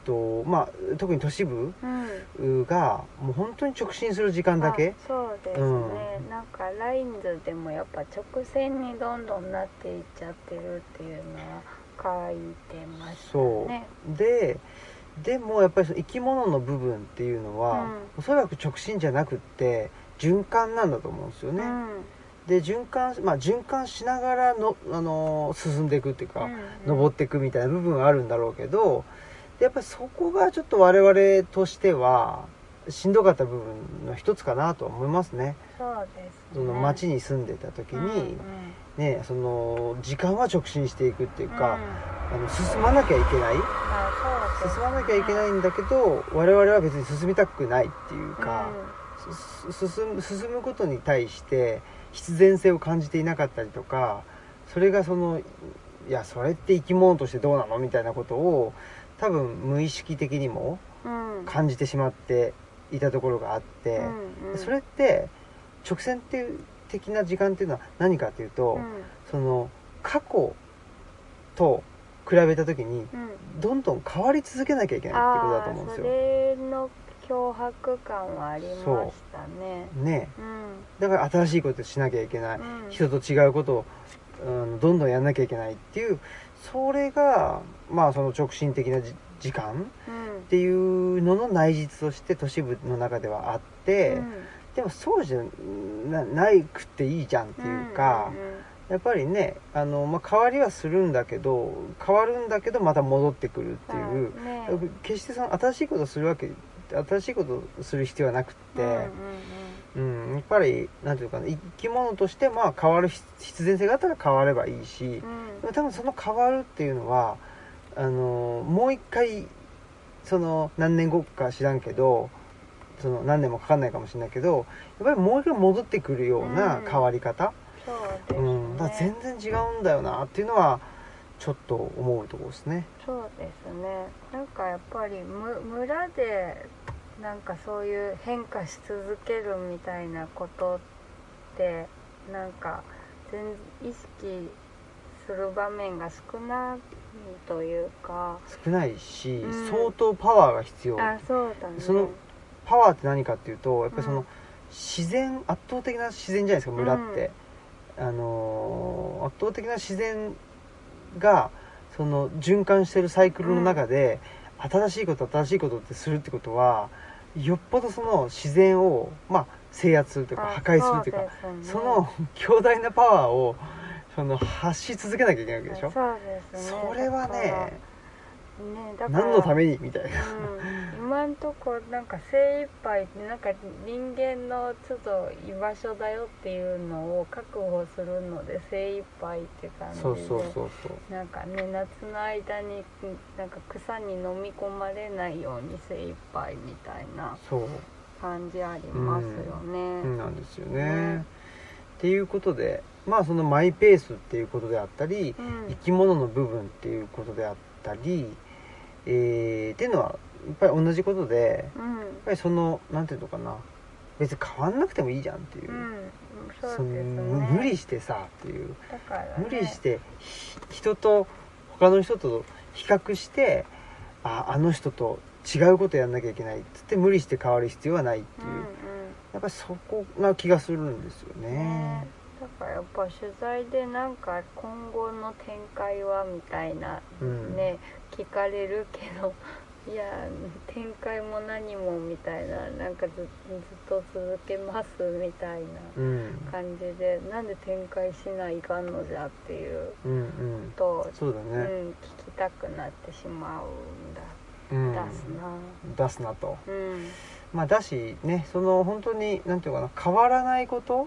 まあ、特に都市部がもう本当に直進する時間だけ、 そうですね、なんかラインズでもやっぱ直線にどんどんなっていっちゃってるっていうのは書いてましたね。 そうでもやっぱりその生き物の部分っていうのは、おそらく直進じゃなくって循環なんだと思うんですよね。で循環しながらの、進んでいくっていうか、登っていくみたいな部分はあるんだろうけど、やっぱりそこがちょっと我々としてはしんどかった部分の一つかなと思いますね。 そうですね。 その町に住んでた時に、ね、その時間は直進していくっていうか、進まなきゃいけない、進まなきゃいけないんだけど我々は別に進みたくないっていうか、進むことに対して必然性を感じていなかったりとか、それがいやそれって生き物としてどうなのみたいなことを多分無意識的にも感じてしまっていたところがあって、それって直線的な時間っていうのは何かっていうと、その過去と比べた時にどんどん変わり続けなきゃいけないってことだと思うんですよ。 それの脅迫感はありましたね。 だから新しいことしなきゃいけない、人と違うことを、どんどんやんなきゃいけないっていう、それがまあその直進的な時間っていうのの内実として都市部の中ではあって、でもそうじゃないくていいじゃんっていうか、やっぱりね変わりはするんだけど変わるんだけどまた戻ってくるっていう、決してその新しいことをする必要はなくって、やっぱりなんていうかな、生き物として変わる必然性があったら変わればいいし、多分その変わるっていうのはもう一回何年後か知らんけど何年もかかんないかもしれないけど、やっぱりもう一回戻ってくるような変わり方、だから全然違うんだよなっていうのはちょっと思うところですね。 そうですね。なんかやっぱり村でなんかそういう変化し続けるみたいなことってなんか意識する場面が少ないというか、 少ないし、相当パワーが必要。 そうだね。 そのパワーって何かっていうと、やっぱりその自然、圧倒的な自然じゃないですか村って、圧倒的な自然がその循環してるサイクルの中で、新しいことってするってことはよっぽどその自然を制圧するというか破壊するというか、その強大なパワーを発し続けなきゃいけないわけでしょ。 そうですね。 それはねだから何のためにみたいな、 今んとこなんか精一杯なんか人間のちょっと居場所だよっていうのを確保するので精一杯って感じで、なんかね夏の間になんか草に飲み込まれないように精一杯みたいな感じありますよね。 なんですよね。っていうことでそのマイペースっていうことであったり、生き物の部分っていうことであったり、っていうのはやっぱり同じことで、やっぱりなんていうのかな、別に変わんなくてもいいじゃんっていう、 そうですね、 無理してさっていう、 だからね、 無理して他の人と比較してあの人と違うことやんなきゃいけないっつって無理して変わる必要はないっていう、やっぱりそこな気がするんですよね。 だからやっぱ取材でなんか今後の展開はみたいなね、聞かれるけど、いや展開も何もみたいな、なんかずっと続けますみたいな感じで、なんで展開しないかんのじゃっていうと、 そうだね、 聞きたくなってしまうんだ、 出すなと、だしね、本当になんていうかな、変わらないこと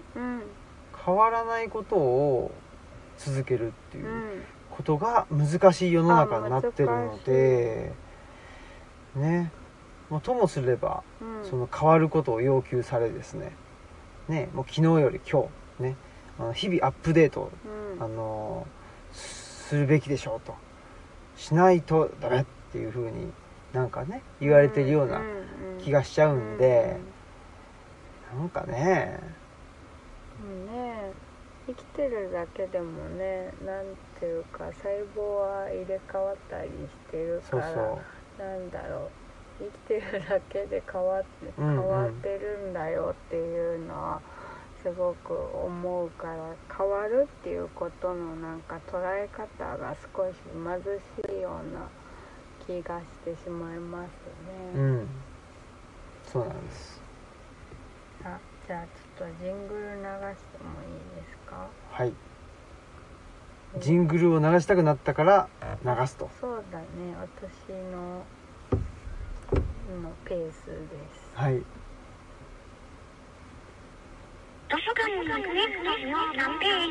を続けるっていうことが難しい世の中になってるので、ね、ともすれば、その変わることを要求されですね、もう昨日より今日ね、日々アップデート、するべきでしょうと、しないとダメっていう風になんかね言われてるような気がしちゃうんで、なんかね、 生きてるだけでもね、なんていうか細胞は入れ替わったりしてるから、 なんだろう、生きてるだけで変わってるんだよっていうのはすごく思うから、変わるっていうことのなんか捉え方が少し貧しいような気がしてしまいますね。 そうなんです。 じゃあちょっとジングル流してもいいですか？ はい。ジングルを流したくなったから流すと。 そうだね、私のペースです。 はい。 図書館にクエストのキャンペー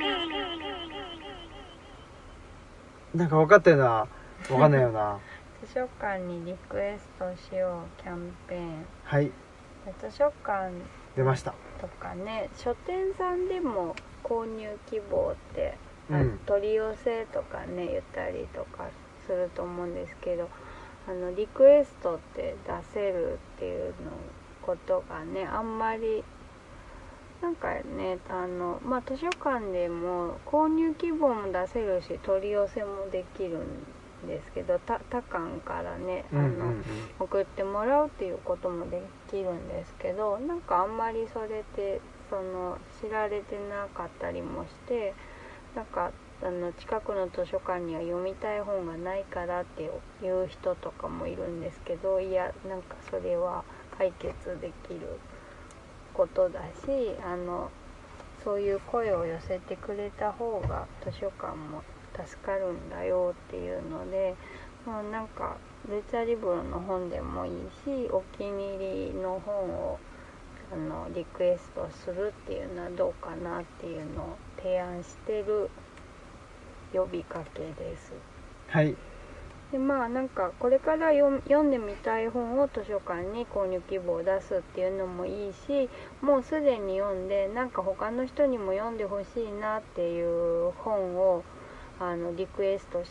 ン。 なんか分かったよな、分かんないよな。 図書館にリクエストしようキャンペーン。 はい。 図書館出ました。 とかね、書店さんでも購入希望って、取り寄せとかね言ったりとかすると思うんですけど、リクエストって出せるっていうのことがね、あんまりなんかね、図書館でも購入希望も出せるし取り寄せもできるんですけど、他館からね送ってもらうっていうこともできるんですけど、なんかあんまりそれって知られてなかったりもして、なんか近くの図書館には読みたい本がないからっていう人とかもいるんですけど、いや、なんかそれは解決できることだし、そういう声を寄せてくれた方が図書館も助かるんだよっていうので、なんかルチャリブロの本でもいいし、お気に入りの本をリクエストするっていうのはどうかなっていうのを提案してる呼びかけです。 はい。 でなんかこれから読んでみたい本を図書館に購入希望を出すっていうのもいいし、もうすでに読んでなんか他の人にも読んでほしいなっていう本をリクエストして、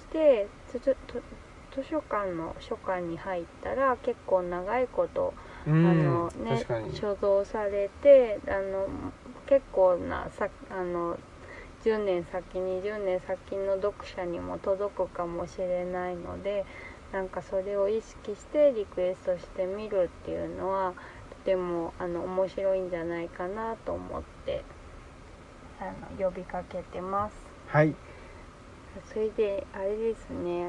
図書館の書館に入ったら結構長いこと所蔵されて、結構な10年先20年先の読者にも届くかもしれないので、なんかそれを意識してリクエストしてみるっていうのはとても面白いんじゃないかなと思って呼びかけてます。 はい。 それであれですね、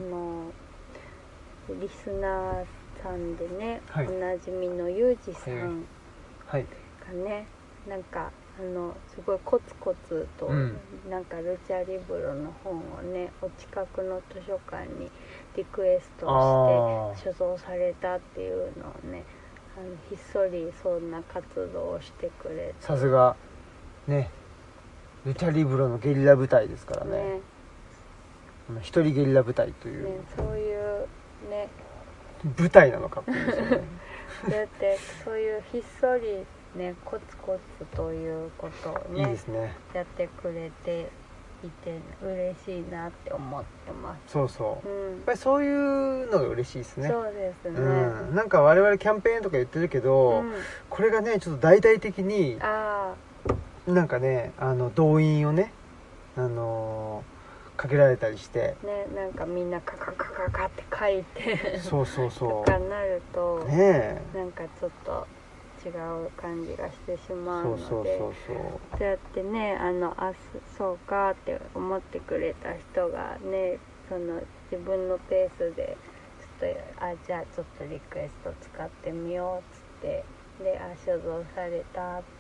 リスナーさんでね、 はい、 おなじみのゆうじさんがね、なんかすごいコツコツと、なんかルチャリブロの本をねお近くの図書館にリクエストして所蔵されたっていうのをね、ひっそりそんな活動をしてくれて、 さすがねルチャリブロのゲリラ部隊ですからね、一人ゲリラ部隊という、 そういうね部隊なのかっこいいですよねだってそういうひっそりねコツコツということをね、 いいですね、 やってくれていて嬉しいなって思ってます。 そうそう、やっぱりそういうのが嬉しいですね。 そうですね、 なんか我々キャンペーンとか言ってるけど、これがねちょっと大々的になんかね動員をねかけられたりしてね、なんかみんなカカカカカって書いてそうとかなるとね、 なんかちょっと違う感じがしてしまうので、そうやってねそうかって思ってくれた人がね自分のペースでちょっとじゃあちょっとリクエスト使ってみようっつってで所蔵されたって、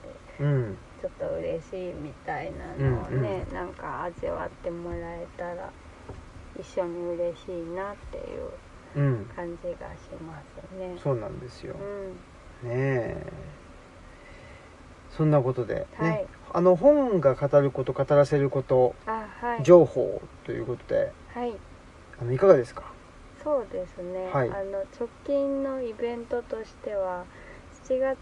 ちょっと嬉しいみたいなのをね、なんか味わってもらえたら一緒に嬉しいなっていう感じがしますね。 そうなんですよ、ねえ、そんなことで、ね、本が語ること語らせること、情報ということで、いかがですか？ そうですね、直近のイベントとしては7月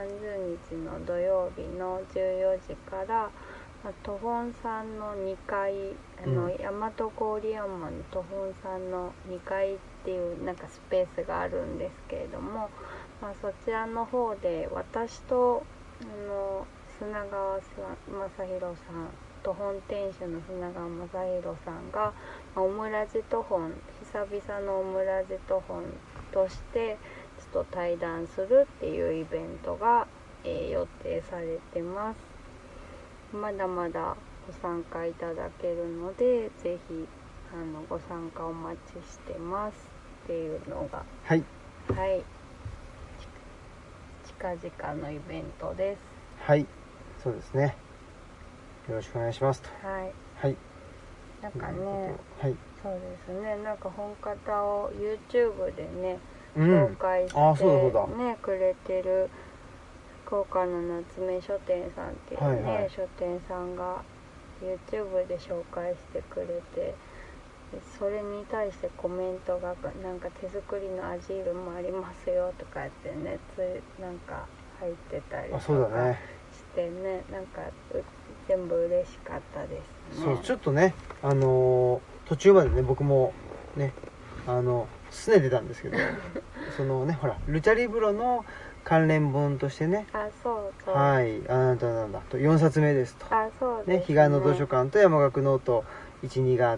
30日の土曜日の14時からトフォンさんの2階大和郡山のトフォンさんの2階っていうなんかスペースがあるんですけれども、そちらの方で私と砂川正宏さん、トフォン店主の砂川正宏さんがオムラジトフォン、久々のオムラジトフォンとしてちょっと対談するっていうイベントが、予定されてます。まだまだご参加いただけるので、ぜひご参加お待ちしてますっていうのが、 はい、 はい、近々のイベントです。 はい、そうですね。よろしくお願いしますと。 はい。 はい。 なんかね、 はい、 そうですね。なんか本方を YouTube でね、 うん、 紹介して、 そうだね、くれてる福岡の夏目書店さんっていうね、 はいはい、 書店さんが YouTube で紹介してくれて、それに対してコメントがなんか手作りのアジールもありますよとか言ってね、なんか入ってたりとかしてね、なんか全部嬉しかったですね。 そう、ちょっとね、途中までね僕もね拗ねてたんですけどそのね、ほらルチャリブロの関連本としてね、 そうはい、なんだと4冊目ですと、 そうですね、彼岸の図書館と山岳ノート 1,2 があって、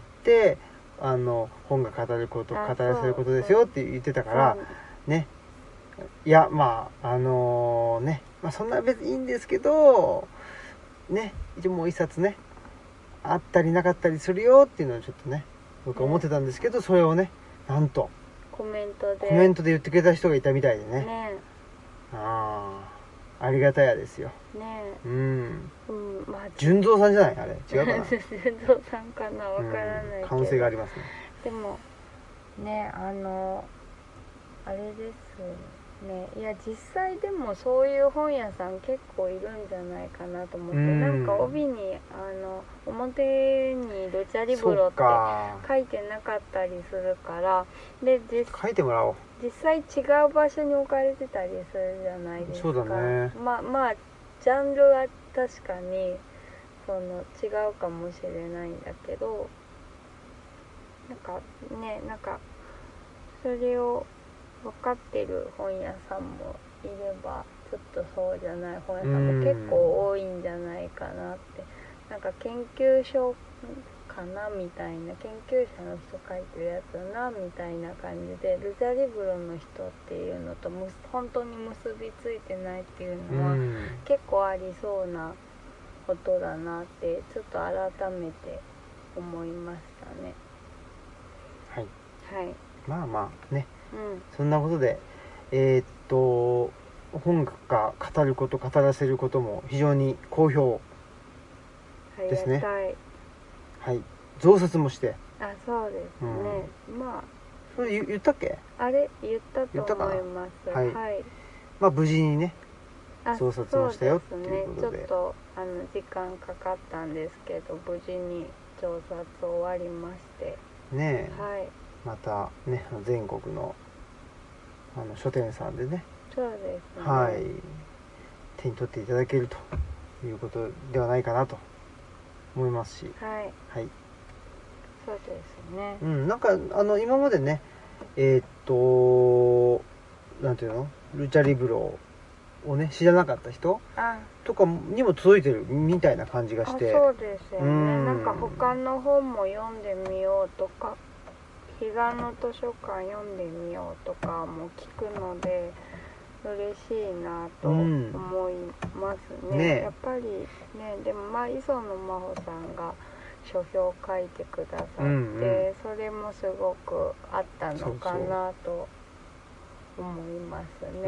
本が語ること、語らせることですよって言ってたからね。いや、まあね、まあそんな別にいいんですけどね、一応もう一冊ねあったりなかったりするよっていうのをちょっとね僕は思ってたんですけど、それをねなんとコメントで言ってくれた人がいたみたいでね。ありがたやですよね。まあ、純三さんじゃない、あれ違うかな純三さんかな、わからないけど、 可能性がありますね。 でもね、あれですね、いや実際でもそういう本屋さん結構いるんじゃないかなと思って、なんか帯に表にルチャリブロって書いてなかったりするから、で書いてもらおう。 実際違う場所に置かれてたりするじゃないですか。 そうだね。 まあジャンルは確かにその違うかもしれないんだけど、なんかね、なんかそれを分かってる本屋さんもいれば、ちょっとそうじゃない本屋さんも結構多いんじゃないかなって、なんか研究所かなみたいな、研究者の人書いてるやつだなみたいな感じで、ルチャリブロの人っていうのと本当に結びついてないっていうのは結構ありそうなことだなってちょっと改めて思いましたね。 はい、 はい、 まあまあね、そんなことで本が語ること、語らせることも非常に好評ですね。はい、増刷もして。 そうですね、まあそれ言ったっけ？ あれ言ったと思います。はい、 まあ無事にね増刷もしたよっていうことで、 ちょっと時間かかったんですけど無事に増刷終わりましてね、 またね全国の書店さんでね、 そうですね、 はい、手に取っていただけるということではないかなと思いますし、はい、 そうですね。 なんか今までねなんていうの、ルチャリブロをね知らなかった人とかにも届いてるみたいな感じがして、 そうですよね。なんか他の本も読んでみようとか、彼岸の図書館読んでみようとかも聞くので嬉しいなと思いますね。やっぱりね、でも磯野真帆さんが書評を書いてくださって、それもすごくあったのかなと思いますね。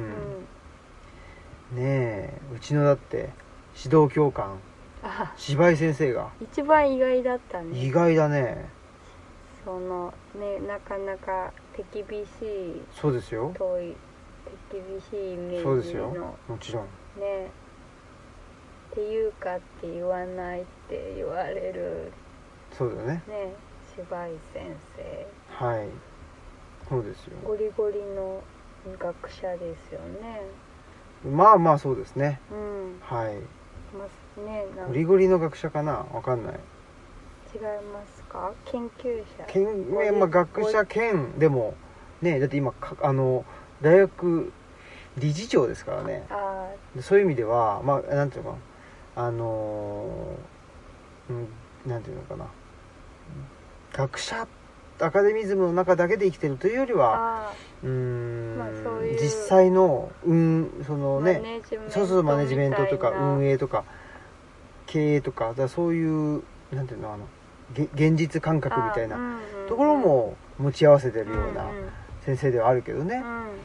ねえ、うちのだって指導教官芝居先生が一番意外だったね。 意外だね。 そのね、なかなか手厳しい、 そうですよ、 遠い手厳しいイメージの、 そうですよ、もちろんね、っていうかって言わないって言われる、 そうだね、 芝居先生、 はいそうですよ、 ゴリゴリの学者ですよね。 まあまあそうですね、はい、ゴリゴリの学者かな、わかんない、 違いますか？研究者、 まあ、学者兼でもね、だって今大学理事長ですからね。そういう意味ではまあなんていうのかな、なんていうのかな、学者アカデミズムの中だけで生きてるというよりはそういう実際のそのねそうマネジメントとか運営とか経営とかそういうなんていうの現実感覚みたいなところも持ち合わせてるような先生ではあるけどね、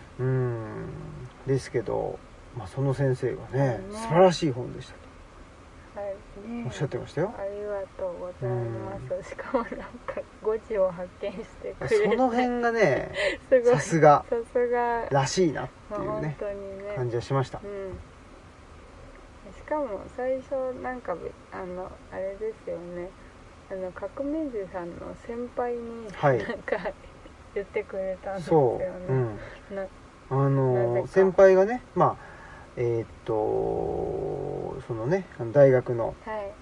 ですけど、その先生がね素晴らしい本でしたと、おっしゃってましたよ。 ありがとうございます。しかもなんか誤字を発見してくれて、 その辺がねさすがらしいなっていうね感じがしました。 しかも最初なんかあれですよね、革命児さんの先輩になんか言ってくれたんですよね。 先輩がねそのね大学の、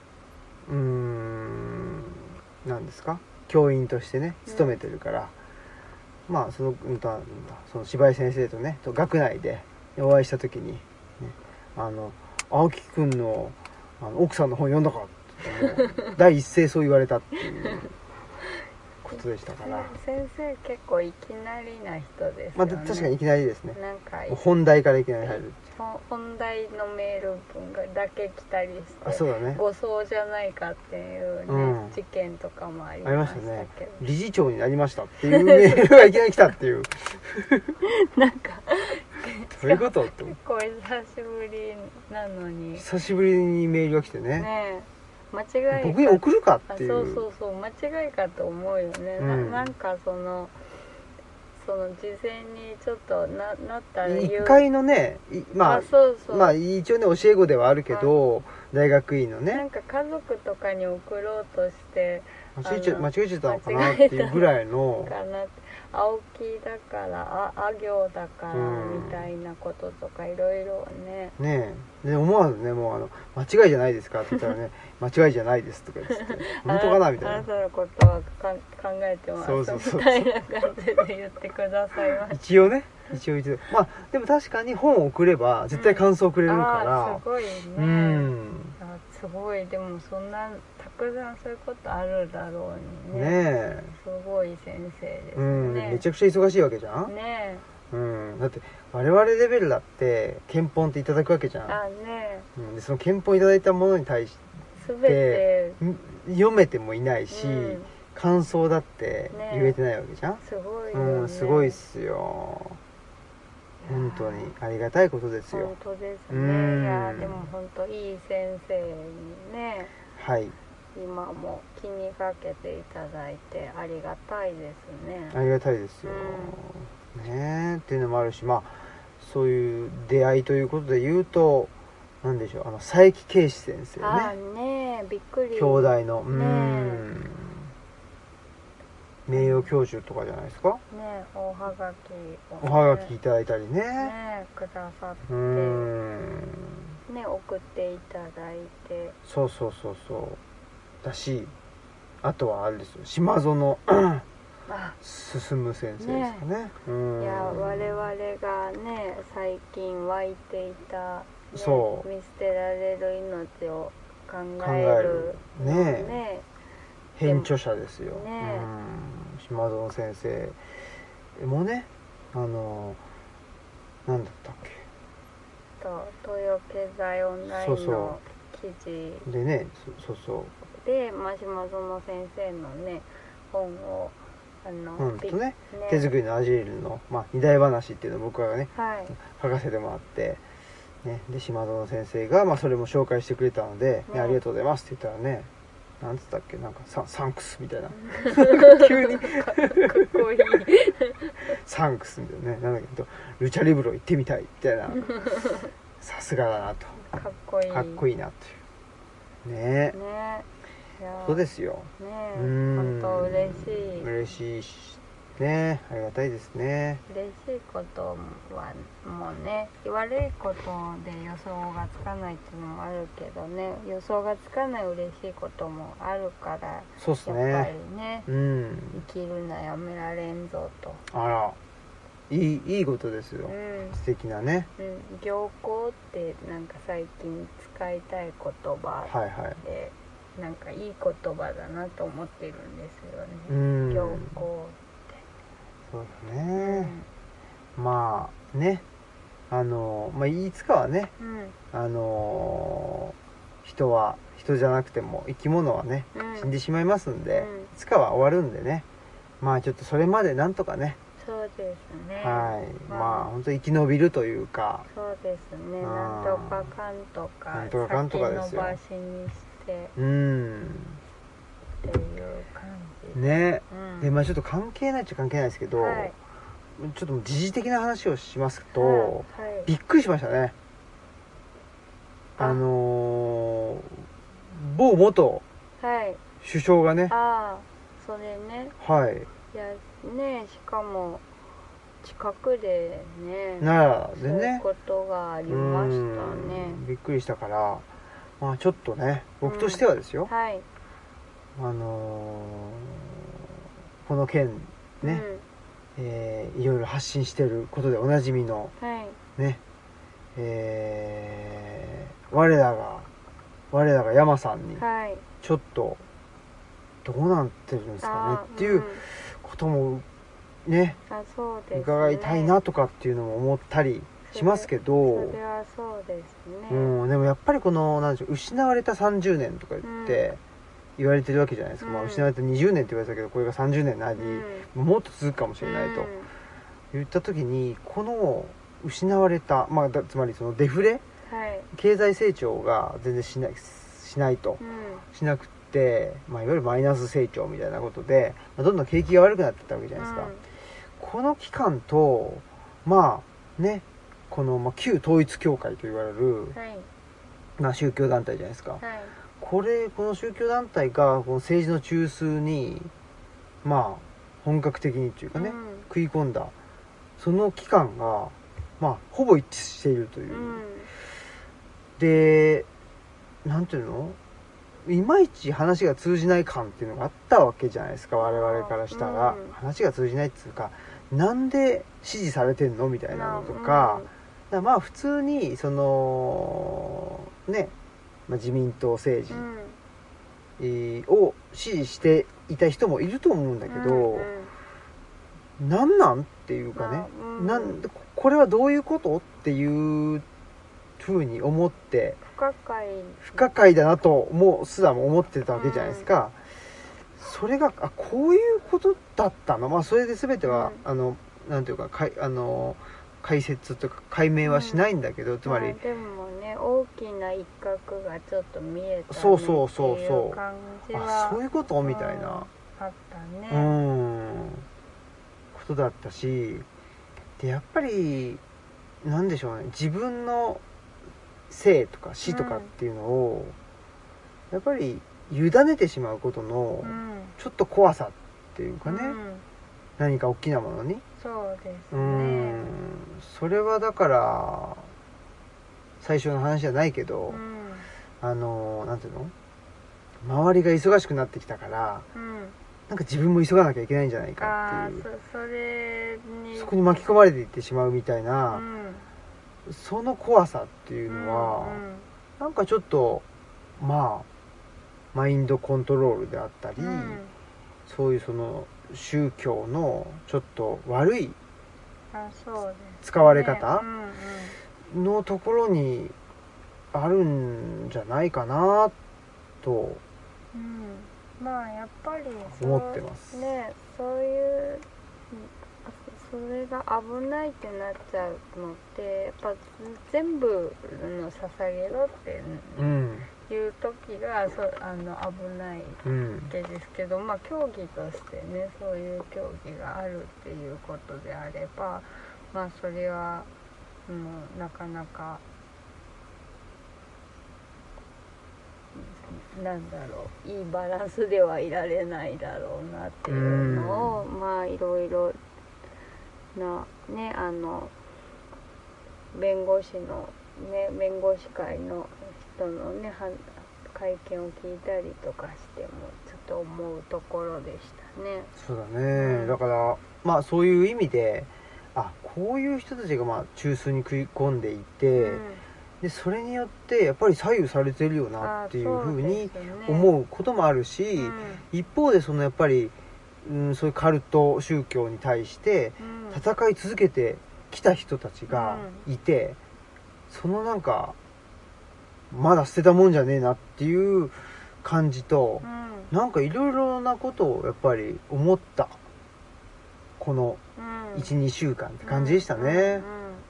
なんですか教員としてね勤めてるから、その芝居先生とね学内でお会いした時に、ね、青木くんの奥さんの本読んだかって第一声そう言われたっていうことでしたから先生結構いきなりな人ですよね。 確かにいきなりですね。 なんか本題からいきなり入る。 本題のメール文だけ来たりしてそうだね、 誤送じゃないかっていうね、事件とかもありましたけど、ね、 理事長になりましたっていうメールがいきなり来たっていうなんかどういうことって結構久しぶりなのに久しぶりにメールが来てね間違い僕に送るかっていう。 そう間違いかと思うよね、なんかその事前にちょっとなったら一回のね一応ね教え子ではあるけど、大学院のねなんか家族とかに送ろうとして間違えちゃったのかなっていうぐらいの青木だからあ行だからみたいなこととかいろいろねで思わずねもう間違いじゃないですかって言ったらね間違いじゃないですとか言って本当かなみたいな、 あなたのことは考えてますみたいな感じで言ってくださいました。 一応言ってでも確かに本を送れば絶対感想くれるから、 すごいね、すごい。でもそんなたくさんそういうことあるだろうにねすごい先生ですね、 めちゃくちゃ忙しいわけじゃんだって我々レベルだって憲法っていただくわけじゃんでその憲法いただいたものに対して読めてもいないし、感想だって言えてないわけじゃん、 すごいよね、 すごいっすよ本当にありがたいことですよ。 本当ですね。いやでも本当いい先生にね今も気にかけていただいてありがたいですね。 ありがたいですよ、っていうのもあるしそういう出会いということで言うと何でしょう佐伯啓士先生ねびっくり兄弟の名誉教授とかじゃないですかおはがきいただいたりねくださって送っていただいてそうだしあとはあれですよ島園進先生ですかね、 いや我々がね最近湧いていた、見捨てられる命を考える編著者ですよ、島園先生もねなんだったっけ東洋経済オンラインの記事でねで島園先生のね本を手作りのアジールの、二大話っていうのを僕がね、書かせてもらって、で島園先生が、それも紹介してくれたので、ありがとうございますって言ったらねなんつったっけなんかサンクスみたいな急にかっこいいサンクスみたいなねなんだけどルチャリブロ行ってみたいみたいなさすがだなとかっこいいなというそうですよ本当嬉しいしねありがたいですね。 嬉しいことはもうね悪いことで予想がつかないっていうのもあるけどね予想がつかない嬉しいこともあるからそうっすねやっぱりね、生きるのやめられんぞとあらいいことですよ、素敵なね、 行幸ってなんか最近使いたい言葉で、なんかいい言葉だなと思ってるんですよね。行幸そうだね、まあねいつかはね、人は人じゃなくても生き物はね、死んでしまいますんで、いつかは終わるんでね、まあちょっとそれまでなんとかね、 そうですね、 はい、まあ本当に生き延びるというか、 そうですね、なんとかかんとかなんとかかんとかですよ、 先延ばしにしてっていう感じね、でまあちょっと関係ないっちゃ関係ないですけど、 はい、 ちょっと時事的な話をしますと、 はいはい、 びっくりしましたね。某元首相がね、 ああそれね、 はい、 いやね、しかも近くでね、 奈良でね、 そういうことがありましたね。 びっくりしたから、まあちょっとね、僕としてはですよ、 はい、 この件ね、いろいろ発信していることでおなじみの、 はい、 ね、我らが山さんにちょっとどうなってるんですかねっていうこともね、 そうですね、 伺いたいなとかっていうのも思ったりしますけど、 それはそうですね、 でもやっぱりこのなんでしょう、失われた30年とか言って言われてるわけじゃないですか、まあ、失われた20年って言われたけど、これが30年なり、もっと続くかもしれないと言った時に、この失われた、まあ、つまりそのデフレ、経済成長が全然しないと、しなくて、まあ、いわゆるマイナス成長みたいなことで、どんどん景気が悪くなっていったわけじゃないですか、この期間とまあね、この、旧統一教会と言われる、宗教団体じゃないですか、この宗教団体がこの政治の中枢にまあ本格的にというかね、食い込んだその期間がまあほぼ一致しているという、でなんていうの、いまいち話が通じない感っていうのがあったわけじゃないですか、我々からしたら、話が通じないっていうか、なんで支持されてんのみたいなのとか、まあ普通にそのね、自民党政治、を支持していた人もいると思うんだけど、なんっていうかね、これはどういうことっていう風に思って、不可解だなとすらも思ってたわけじゃないですか、それがこういうことだったの、まあそれで全ては、なんていうか解説というか解明はしないんだけど、つまり、 でもね、大きな一角がちょっと見えたねそうっていう感じは、 そういうことみたいな、 あったね、 ことだったし、でやっぱりなんでしょうね、自分の生とか死とかっていうのを、やっぱり委ねてしまうことのちょっと怖さっていうかね、何か大きなものに、 そうですね、 それはだから最初の話じゃないけど、なんていうの、周りが忙しくなってきたから、なんか自分も急がなきゃいけないんじゃないかっていう、そこに巻き込まれていってしまうみたいな、その怖さっていうのは、なんかちょっとまあマインドコントロールであったり、そういうその宗教のちょっと悪い使われ方のところにあるんじゃないかなと、 まあやっぱり思ってますね。そういうそれが危ないってなっちゃうのって、やっぱ全部の捧げろっていう時が危ないわけですけど、まあ競技としてね、そういう競技があるっていうことであれば、まあそれはなかなかなんだろう、いいバランスではいられないだろうなっていうのを、まあいろいろなね、弁護士会の人のね会見を聞いたりとかしてもちょっと思うところでしたね。 そうだね、だからまあそういう意味で、こういう人たちがまあ中枢に食い込んでいて、でそれによってやっぱり左右されてるよなっていう風に思うこともあるし、一方でそのやっぱりそういうカルト宗教に対して戦い続けてきた人たちがいて、そのなんかまだ捨てたもんじゃねえなっていう感じと、なんかいろいろなことをやっぱり思ったこの 1,2 週間って感じでしたね。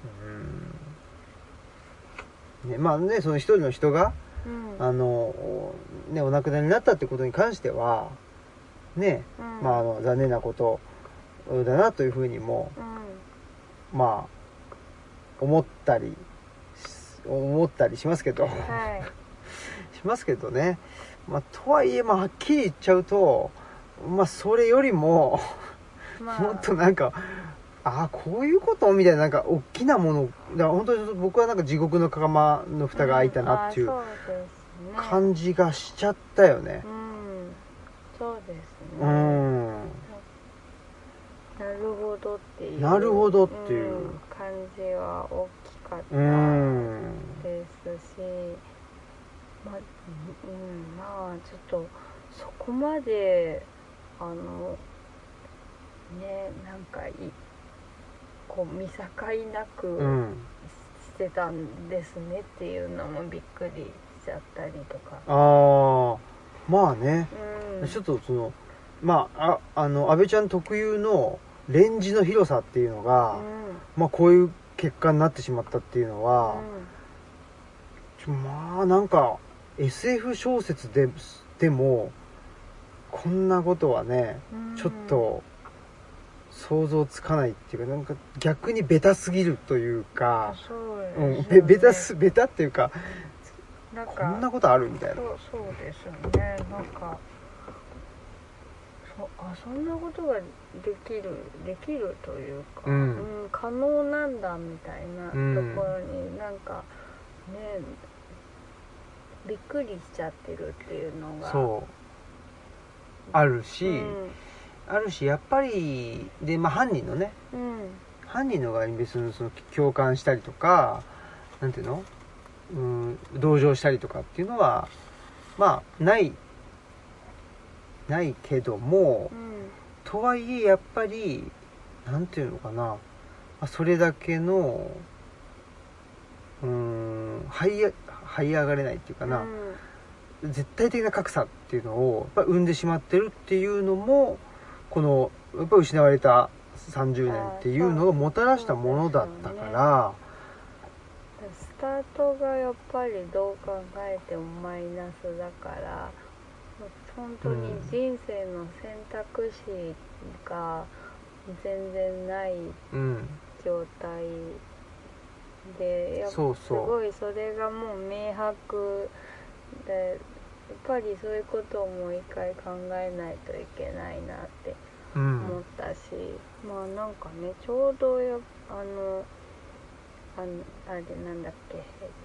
まあね、その一人の人が、お亡くなりになったってことに関してはね、まあ残念なことだなというふうにも、まあ思ったりしますけど、しますけどね。まあとはいえ、はっきり言っちゃうと、それよりももっとなんか、こういうことみたいな、なんか大きなものだから本当に僕はなんか地獄の釜の蓋が開いたなっていう感じがしちゃったよね。 そうですね。なるほどっていうなるほどっていう、 感じは大きかったですし、まあちょっとそこまでなんかこう見境なくしてたんですねっていうのもびっくりしちゃったりとか。 まあね、ちょっとその安倍ちゃん特有のレンジの広さっていうのが、こういう結果になってしまったっていうのは、なんか SF 小説でもこんなことはね、ちょっと想像つかないっていうか、なんか逆にベタすぎるというか、ベタっていうか、なんかこんなことあるみたいな。 そうですよね。なんかそんなことができるというか、可能なんだみたいなところになんかね、びっくりしちゃってるっていうのがあるし、やっぱりで、犯人のね、犯人の側に別にその共感したりとか、なんていうの、同情したりとかっていうのはないけども、とはいえやっぱりなんていうのかな、それだけの這い上がれないっていうかな、絶対的な格差っていうのをやっぱ生んでしまってるっていうのも、このやっぱ失われた30年っていうのがもたらしたものだったから、 スタートがやっぱりどう考えてもマイナスだから、本当に人生の選択肢が全然ない状態で、すごいそれがもう明白で、やっぱりそういうことをもう一回考えないといけないなって思ったし、なんかね、ちょうどあれなんだっけ、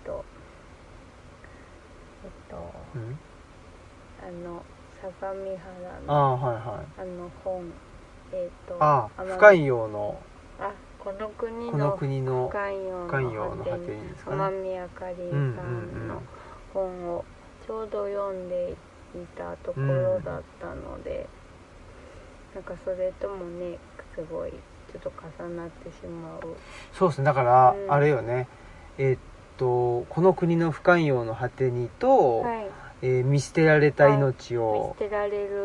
相模原の本、 不寛容のこの国の不寛容の果てにですかね、天宮かりんさんの本をちょうど読んでいたところだったので、なんかそれともね、すごいちょっと重なってしまう。 そうですね。だから、あれよね、この国の不寛容の果てにと、見捨てられた命を、 見捨てられ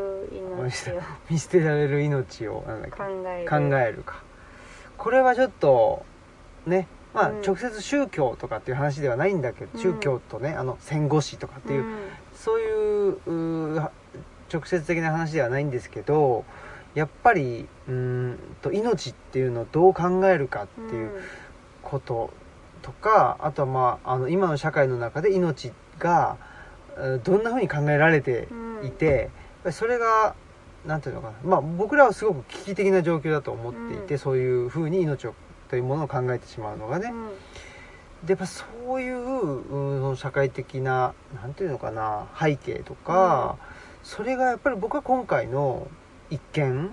る命をなんだっけ、考えるか。これはちょっとね、直接宗教とかっていう話ではないんだけど、宗教とね、戦後史とかっていう、そういう直接的な話ではないんですけど、やっぱり命っていうのをどう考えるかっていうこととか、あとは今の社会の中で命がどんな風に考えられていて、それがなんていうのかな、僕らはすごく危機的な状況だと思っていて、そういう風に命というものを考えてしまうのがね、でやっぱそういう社会的ななんていうのかな、背景とか、それがやっぱり僕は今回の一件、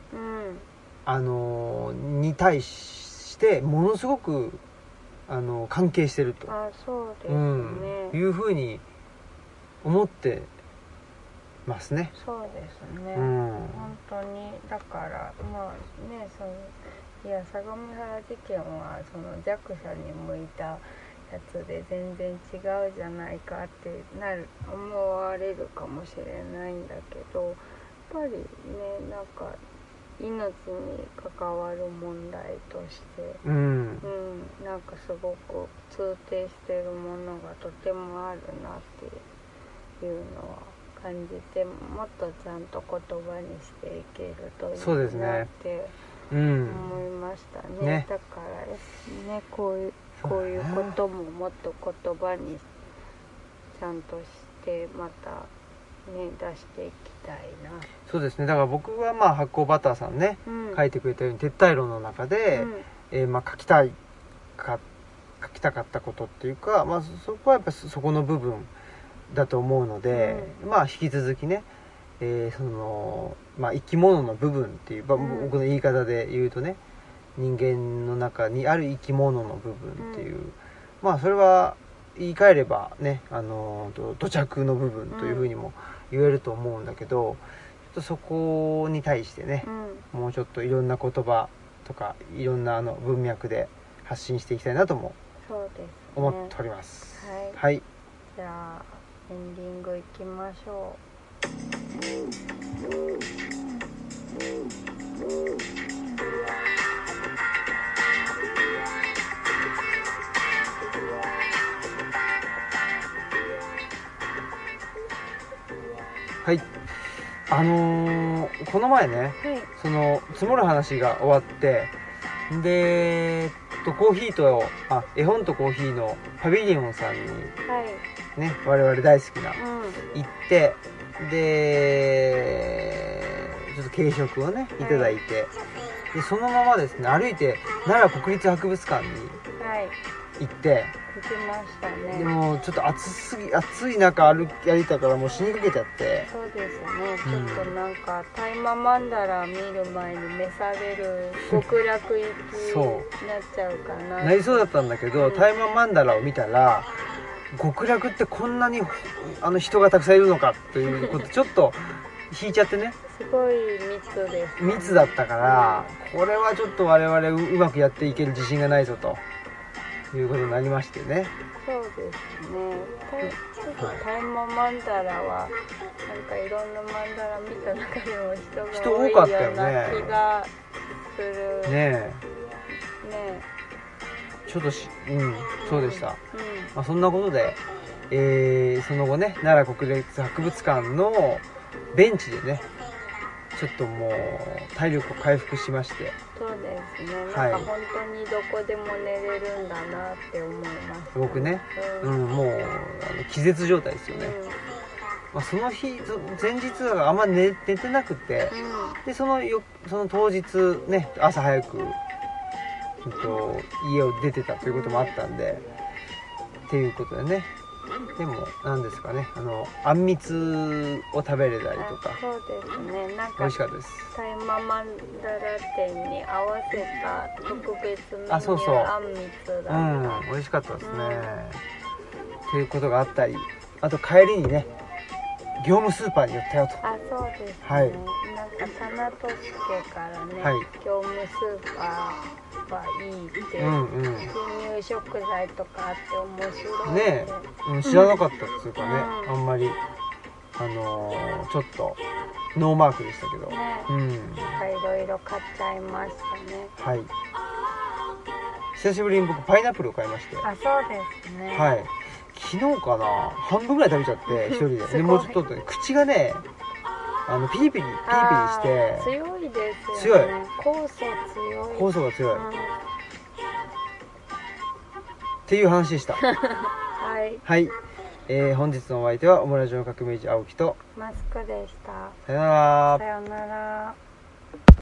に対してものすごく関係してると、 そうですね、 いう風に思ってますね。 そうですね、 うん本当にだからまあねいや相模原事件はその弱者に向いたやつで全然違うじゃないかって思われるかもしれないんだけど、やっぱりねなんか命に関わる問題として、なんかすごく通底してるものがとてもあるなっていうのは感じて、もっとちゃんと言葉にしていけるといいなって思いましたね。だからねこういうことももっと言葉にちゃんとしてまたね出していきたいな。 そうですね。だから僕はまあ発酵バターさんね、書いてくれたように撤退論の中で、まあ書きたかったことっていうか、まあそこはやっぱそこの部分だと思うので、まあ引き続きね、そのまあ生き物の部分っていう、僕の言い方で言うとね、人間の中にある生き物の部分っていう、まあそれは言い換えればね、土着の部分というふうにも言えると思うんだけど、ちょっとそこに対してね、もうちょっといろんな言葉とかいろんな文脈で発信していきたいなとも思っております。はい。 じゃあエンディングいきましょう。 はい。この前ね、その積もる話が終わって、でコーヒーと絵本とコーヒーのパビリオンさんに、ね、我々大好きな、行って、でちょっと軽食をねいただいて、でそのままですね歩いて奈良国立博物館に行って、 行きましたね。 でもちょっと暑い中歩いたからもう死にかけちゃって。 そうですね、ちょっとなんか大麻マンダラ見る前に召される極楽行きになっちゃうかななりそうだったんだけど、大麻マンダラを見たら極楽ってこんなに人がたくさんいるのかということちょっと引いちゃってね。 すごい密です、 密だったから、これはちょっと我々うまくやっていける自信がないぞということになりましてね。 そうですね。ちょっと大麻マンダラはなんかいろんなマンダラ見た中でも人が多いような気がする。ねえ。 ちょっとそうでした。まあそんなことで、その後ね奈良国立博物館のベンチでねちょっともう体力を回復しまして。 そうですね。なんか本当にどこでも寝れるんだなって思います、ね。 僕ね、もう気絶状態ですよね。まあ、その日前日はあんま寝てなくて、でその当日ね朝早く、家を出てたということもあったんで、っていうことでね。でも何ですかね、あんみつを食べれたりとか。 そうですね。なんか美味しかったです。 大麻マンダラ店に合わせた特別メニューそうあんみつだった。 美味しかったですね。っていうことがあったり、あと帰りにね業務スーパーに寄ったよと。 そうですね。なんかサナトスケからね、業務スーパーはいいって、輸入食材とかあって面白いね。 知らなかったっていうかね、あんまりちょっとノーマークでしたけど、 いろいろ買っちゃいましたね。 久しぶりに僕パイナップルを買いまして。 そうですね。 昨日かな、半分ぐらい食べちゃって一人で。でもうちょっと口がねピリピリして強いですよね。酵素が強い、っていう話でした。はい、本日のお相手はオムラジオの革命児青木とマスクでした。 さよなら。 さよなら。